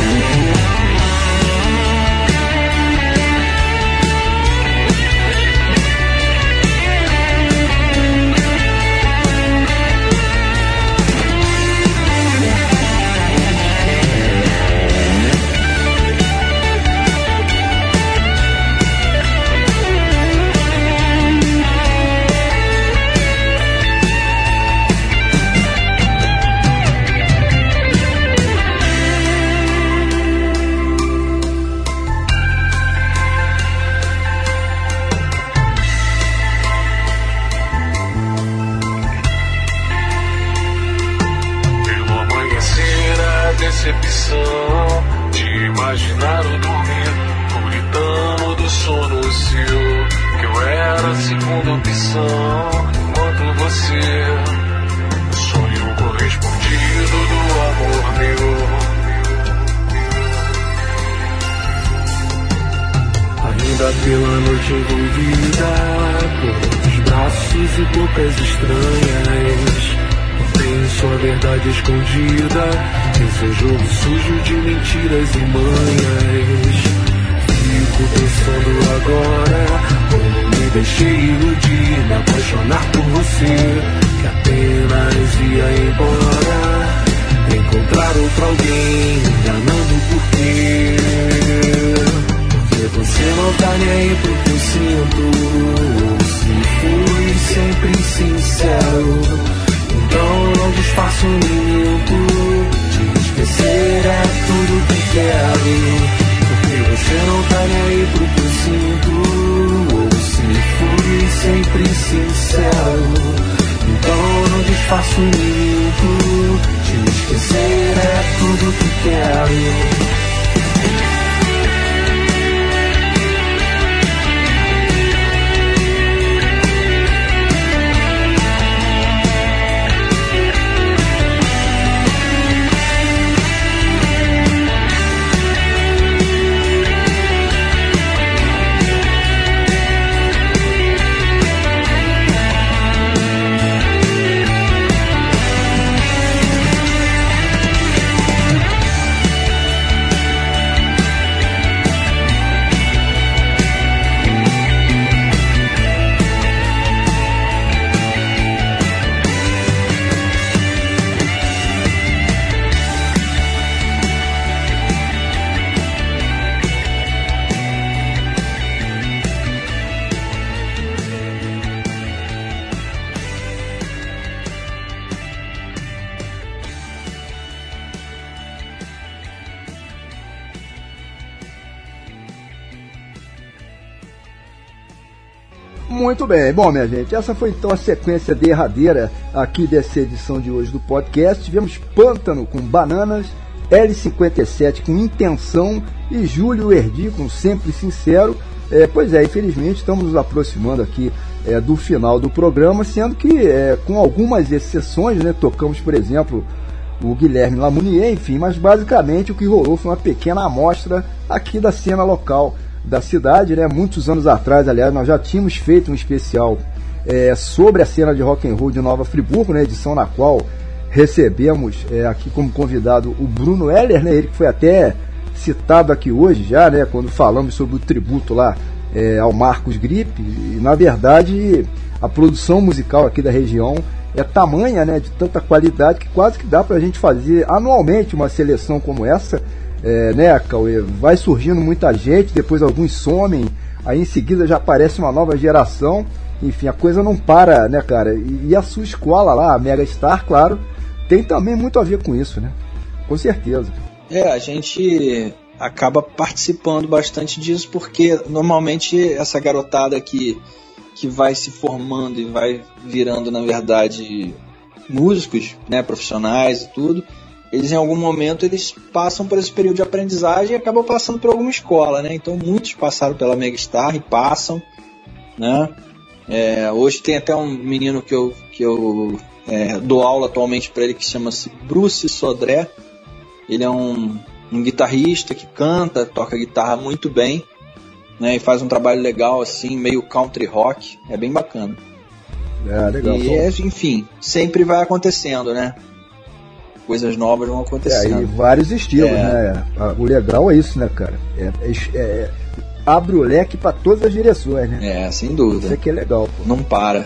Speaker 9: De imaginar o dormir, puritano do sono seu, que eu era a segunda opção, enquanto você, sonho correspondido do amor meu.
Speaker 1: Ainda pela noite envolvida, com os braços e bocas estranhas, tem sua verdade escondida em seu jogo sujo de mentiras e manhas. Fico pensando agora como me deixei iludir, me apaixonar por você, que apenas ia embora, encontrar outro alguém, enganando por quê? Porque você não tá nem aí pro que eu sinto, se fui sempre sincero. Então não disfarço nem minto, te esquecer é tudo que quero. Porque você não tá nem aí pro que eu sinto, ou se fui sempre sincero. Então não desfaço o livro. Te esquecer é tudo que quero.
Speaker 2: Muito bem, bom, minha gente, essa foi então a sequência derradeira aqui dessa edição de hoje do podcast. Tivemos Pântano com Bananas, L cinquenta e sete com Intenção e Júlio Erdi com Sempre Sincero. É, pois é, infelizmente estamos nos aproximando aqui é, do final do programa, sendo que é, com algumas exceções, né, tocamos, por exemplo, o Guilherme Lamounier, enfim, mas basicamente o que rolou foi uma pequena amostra aqui da cena local da cidade, né? Muitos anos atrás, aliás, nós já tínhamos feito um especial é, sobre a cena de rock and roll de Nova Friburgo, né? Edição na qual recebemos é, aqui como convidado o Bruno Heller, né? Ele que foi até citado aqui hoje já, né? Quando falamos sobre o tributo lá é, ao Marcos Gripe, e na verdade a produção musical aqui da região é tamanha, né? De tanta qualidade que quase que dá pra gente fazer anualmente uma seleção como essa. É, né, Cauê? Vai surgindo muita gente, depois alguns somem, aí em seguida já aparece uma nova geração, enfim, a coisa não para, né, cara? E, e a sua escola lá, a Mega Star, claro, tem também muito a ver com isso, né? Com certeza.
Speaker 4: É, a gente acaba participando bastante disso, porque normalmente essa garotada que, que vai se formando e vai virando, na verdade, músicos, né, profissionais e tudo, eles em algum momento eles passam por esse período de aprendizagem e acabam passando por alguma escola, né? Então muitos passaram pela Megastar e passam, né? É, hoje tem até um menino que eu, que eu é, dou aula atualmente para ele que chama-se Bruce Sodré. Ele é um, um guitarrista que canta, toca guitarra muito bem, né? E faz um trabalho legal assim, meio country rock, é bem bacana.
Speaker 2: É, legal.
Speaker 4: E é, enfim, sempre vai acontecendo, né? Coisas novas vão acontecendo.
Speaker 2: É, e vários estilos,
Speaker 4: é.
Speaker 2: né? O legal é isso, né, cara? É, é, é, abre o leque para todas as direções, né?
Speaker 4: É, sem dúvida.
Speaker 2: Isso aqui é legal, pô.
Speaker 4: Não para.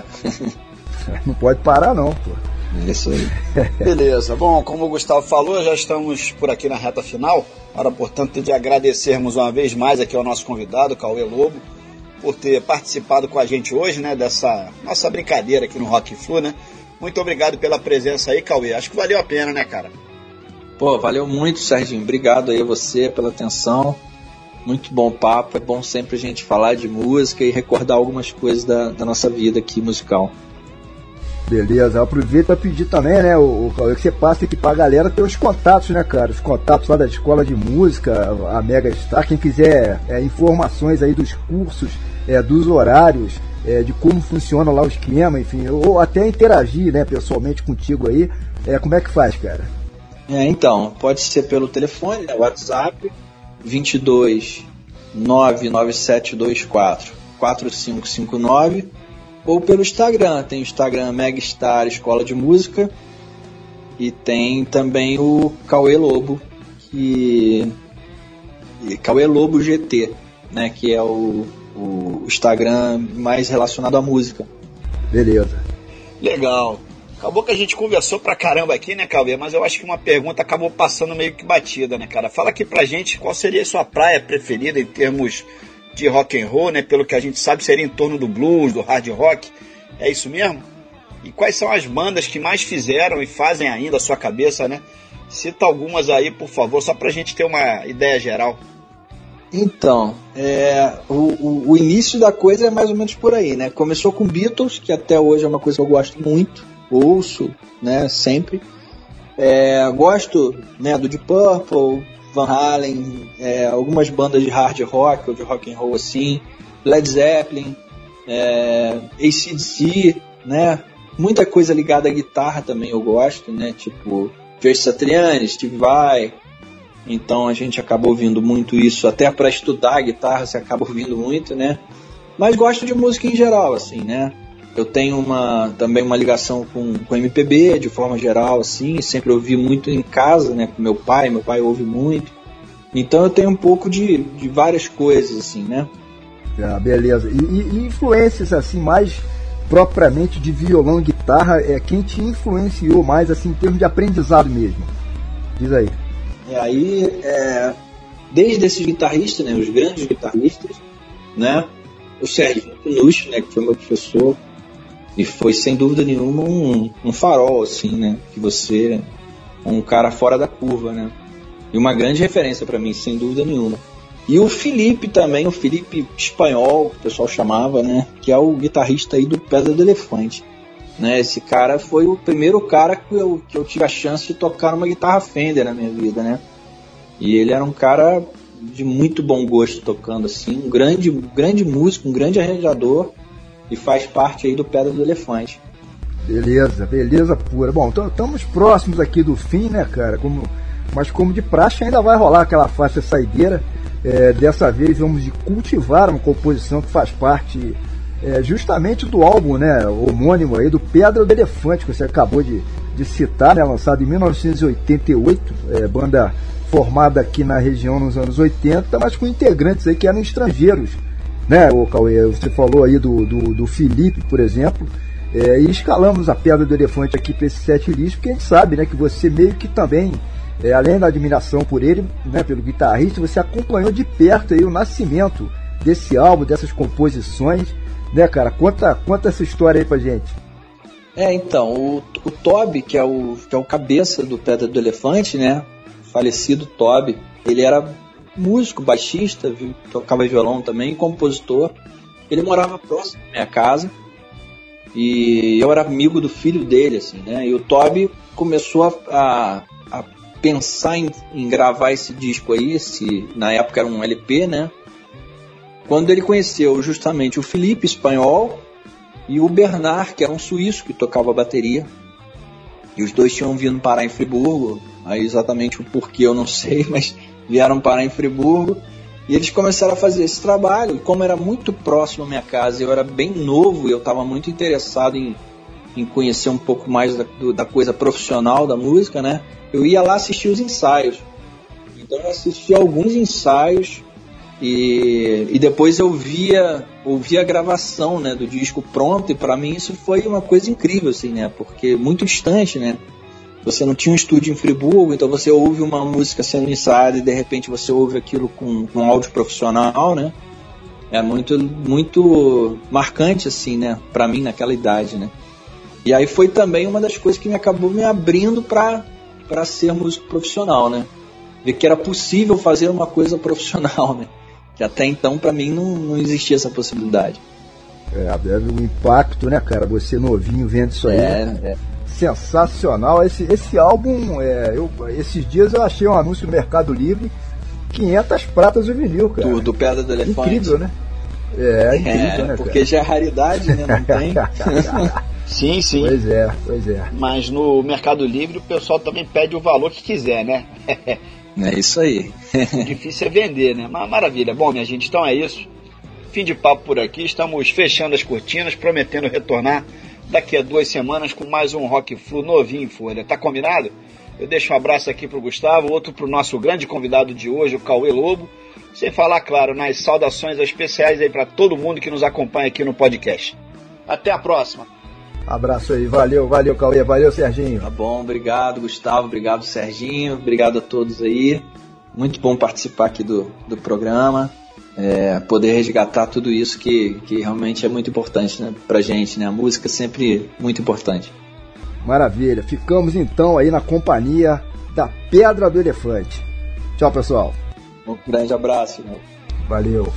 Speaker 2: Não pode parar, não, pô.
Speaker 4: É isso aí.
Speaker 3: Beleza. Bom, como o Gustavo falou, já estamos por aqui na reta final. Hora, portanto, de agradecermos uma vez mais aqui ao nosso convidado, Cauê Lobo, por ter participado com a gente hoje, né? Dessa nossa brincadeira aqui no Rock Flu, né? Muito obrigado pela presença aí, Cauê. Acho que valeu a pena, né, cara?
Speaker 4: Pô, valeu muito, Serginho. Obrigado aí a você pela atenção. Muito bom papo. É bom sempre a gente falar de música e recordar algumas coisas da, da nossa vida aqui musical.
Speaker 2: Beleza. Aproveito para pedir também, né, o, o Cauê, que você passe aqui pra galera ter os contatos, né, cara? Os contatos lá da Escola de Música, a Mega Star. Quem quiser é, informações aí dos cursos, é, dos horários, É, de como funciona lá o esquema, enfim, ou até interagir, né, pessoalmente contigo aí, é, como é que faz, cara?
Speaker 4: É, então, pode ser pelo telefone, né, WhatsApp, vinte e dois, nove nove sete dois quatro, quatro cinco cinco nove, ou pelo Instagram, tem o Instagram Megastar Escola de Música, e tem também o Cauê Lobo, que... Cauê Lobo G T, né, que é o o Instagram mais relacionado à música.
Speaker 2: Beleza.
Speaker 3: Legal. Acabou que a gente conversou pra caramba aqui, né, Cauê? Mas eu acho que uma pergunta acabou passando meio que batida, né, cara? Fala aqui pra gente qual seria a sua praia preferida em termos de rock and roll, né? Pelo que a gente sabe, seria em torno do blues, do hard rock. É isso mesmo? E quais são as bandas que mais fizeram e fazem ainda a sua cabeça, né? Cita algumas aí, por favor, só pra gente ter uma ideia geral.
Speaker 4: Então, é, o, o, o início da coisa é mais ou menos por aí, né? Começou com Beatles, que até hoje é uma coisa que eu gosto muito, ouço, né, sempre. É, gosto, né, do Deep Purple, Van Halen, é, algumas bandas de hard rock ou de rock and roll assim, Led Zeppelin, é, A C D C, né? Muita coisa ligada à guitarra também eu gosto, né? Tipo Joe Satriani, Steve Vai. Então a gente acaba ouvindo muito isso, até para estudar a guitarra você acaba ouvindo muito, né? Mas gosto de música em geral, assim, né? Eu tenho uma, também uma ligação com, com M P B, de forma geral, assim, sempre ouvi muito em casa, né? Com meu pai, meu pai ouve muito. Então eu tenho um pouco de, de várias coisas, assim, né?
Speaker 2: Ah, beleza. E, e, e influências, assim, mais propriamente de violão e guitarra, é quem te influenciou mais, assim, em termos de aprendizado mesmo? Diz aí.
Speaker 4: E aí, é, desde esses guitarristas, né, os grandes guitarristas, né, o Serginho Knusch, né, que foi meu professor, e foi sem dúvida nenhuma um, um farol, assim, né, que você é um cara fora da curva, né, e uma grande referência para mim, sem dúvida nenhuma. E o Felipe também, o Felipe Espanhol, que o pessoal chamava, né, que é o guitarrista aí do Pedra do Elefante. Né, esse cara foi o primeiro cara que eu, que eu tive a chance de tocar uma guitarra Fender na minha vida, né? E ele era um cara de muito bom gosto tocando assim, um grande, grande músico, um grande arranjador, e faz parte aí do Pedra do Elefante.
Speaker 2: Beleza, beleza pura. Bom, então estamos próximos aqui do fim, né, cara? Como, mas como de praxe ainda vai rolar aquela faixa saideira. É, dessa vez vamos de Cultivar, uma composição que faz parte É, justamente do álbum, né, homônimo aí do Pedra do Elefante, que você acabou de, de citar, né, lançado em mil novecentos e oitenta e oito, é, banda formada aqui na região nos anos oitenta, mas com integrantes aí que eram estrangeiros, né, o Cauê, você falou aí do, do, do Felipe, por exemplo, é, e escalamos a Pedra do Elefante aqui para esse set list, porque a gente sabe, né, que você meio que também, é, além da admiração por ele, né, pelo guitarrista, você acompanhou de perto aí o nascimento desse álbum, dessas composições, né, cara? Conta, conta essa história aí pra gente.
Speaker 4: É, então, o, o Toby, que é o, que é o cabeça do Pedra do Elefante, né? Falecido Toby, ele era músico, baixista, viu? Tocava violão também, compositor. Ele morava próximo da minha casa e eu era amigo do filho dele, assim, né? E o Toby começou a, a, a pensar em, em gravar esse disco aí, esse, na época era um L P, né? Quando ele conheceu justamente o Felipe Espanhol e o Bernard, que era um suíço que tocava bateria. E os dois tinham vindo parar em Friburgo, aí exatamente o porquê eu não sei, mas vieram parar em Friburgo. E eles começaram a fazer esse trabalho, e como era muito próximo à minha casa, eu era bem novo e eu estava muito interessado em, em conhecer um pouco mais da, do, da coisa profissional da música, né? Eu ia lá assistir os ensaios. Então eu assisti alguns ensaios, E, e depois eu via, ouvia a gravação, né, do disco pronto, e para mim isso foi uma coisa incrível, assim, né, porque muito distante, né, você não tinha um estúdio em Friburgo, então você ouve uma música sendo ensaiada e de repente você ouve aquilo com, com áudio profissional, né, é muito, muito marcante, assim, né, para mim naquela idade, né, e aí foi também uma das coisas que me acabou me abrindo para para ser músico profissional, né, ver que era possível fazer uma coisa profissional, né. Que até então, pra mim, não, não existia essa possibilidade.
Speaker 2: É, deve um impacto, né, cara? Você novinho vendo isso aí.
Speaker 4: É, é.
Speaker 2: Sensacional. Esse, esse álbum, é, eu, esses dias eu achei um anúncio no Mercado Livre, quinhentas pratas de vinil, cara.
Speaker 4: Do, do Pedra do Elefante.
Speaker 2: Incrível, né? É, incrível,
Speaker 4: é,
Speaker 2: né,
Speaker 4: porque
Speaker 2: cara?
Speaker 4: já é raridade, né? Não tem.
Speaker 3: Sim, sim.
Speaker 2: Pois é, pois é.
Speaker 3: Mas no Mercado Livre o pessoal também pede o valor que quiser, né?
Speaker 4: É isso aí.
Speaker 3: O difícil é vender, né? Mas maravilha. Bom, minha gente, então é isso. Fim de papo por aqui. Estamos fechando as cortinas, prometendo retornar daqui a duas semanas com mais um Rock Flu novinho em folha. Tá combinado? Eu deixo um abraço aqui pro Gustavo, outro pro nosso grande convidado de hoje, o Cauê Lobo. Sem falar, claro, nas saudações especiais aí para todo mundo que nos acompanha aqui no podcast. Até a próxima.
Speaker 2: Abraço aí, valeu, valeu, Cauê, valeu, Serginho.
Speaker 4: Tá bom, obrigado, Gustavo, obrigado, Serginho, obrigado a todos aí. Muito bom participar aqui do, do programa, é, poder resgatar tudo isso que, que realmente é muito importante, né, pra gente, né? A música é sempre muito importante.
Speaker 2: Maravilha, ficamos então aí na companhia da Pedra do Elefante. Tchau, pessoal.
Speaker 4: Um grande abraço, né?
Speaker 2: Valeu.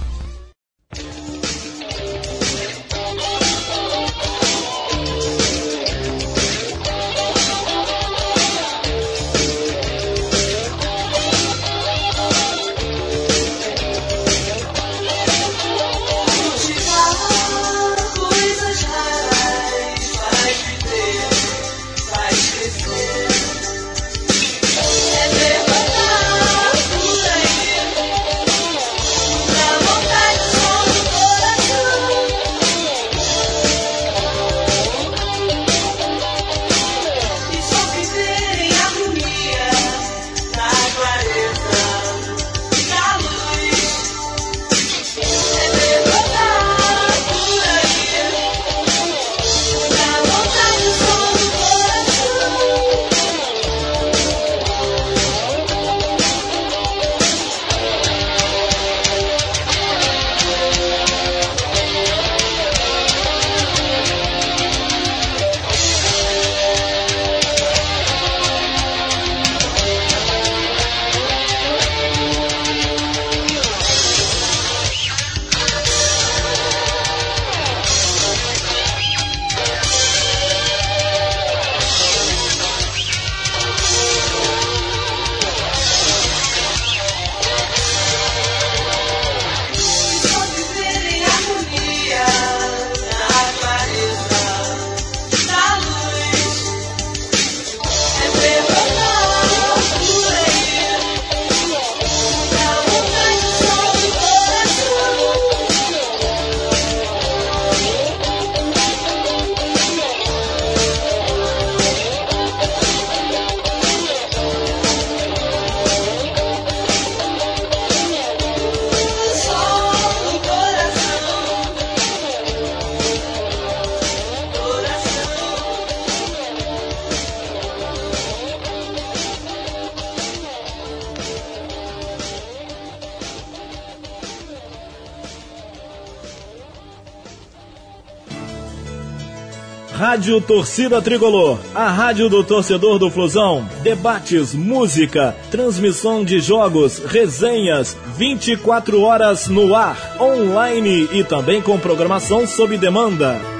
Speaker 8: Rádio Torcida Tricolor, a rádio do torcedor do Flusão. Debates, música, transmissão de jogos, resenhas, vinte e quatro horas no ar, online e também com programação sob demanda.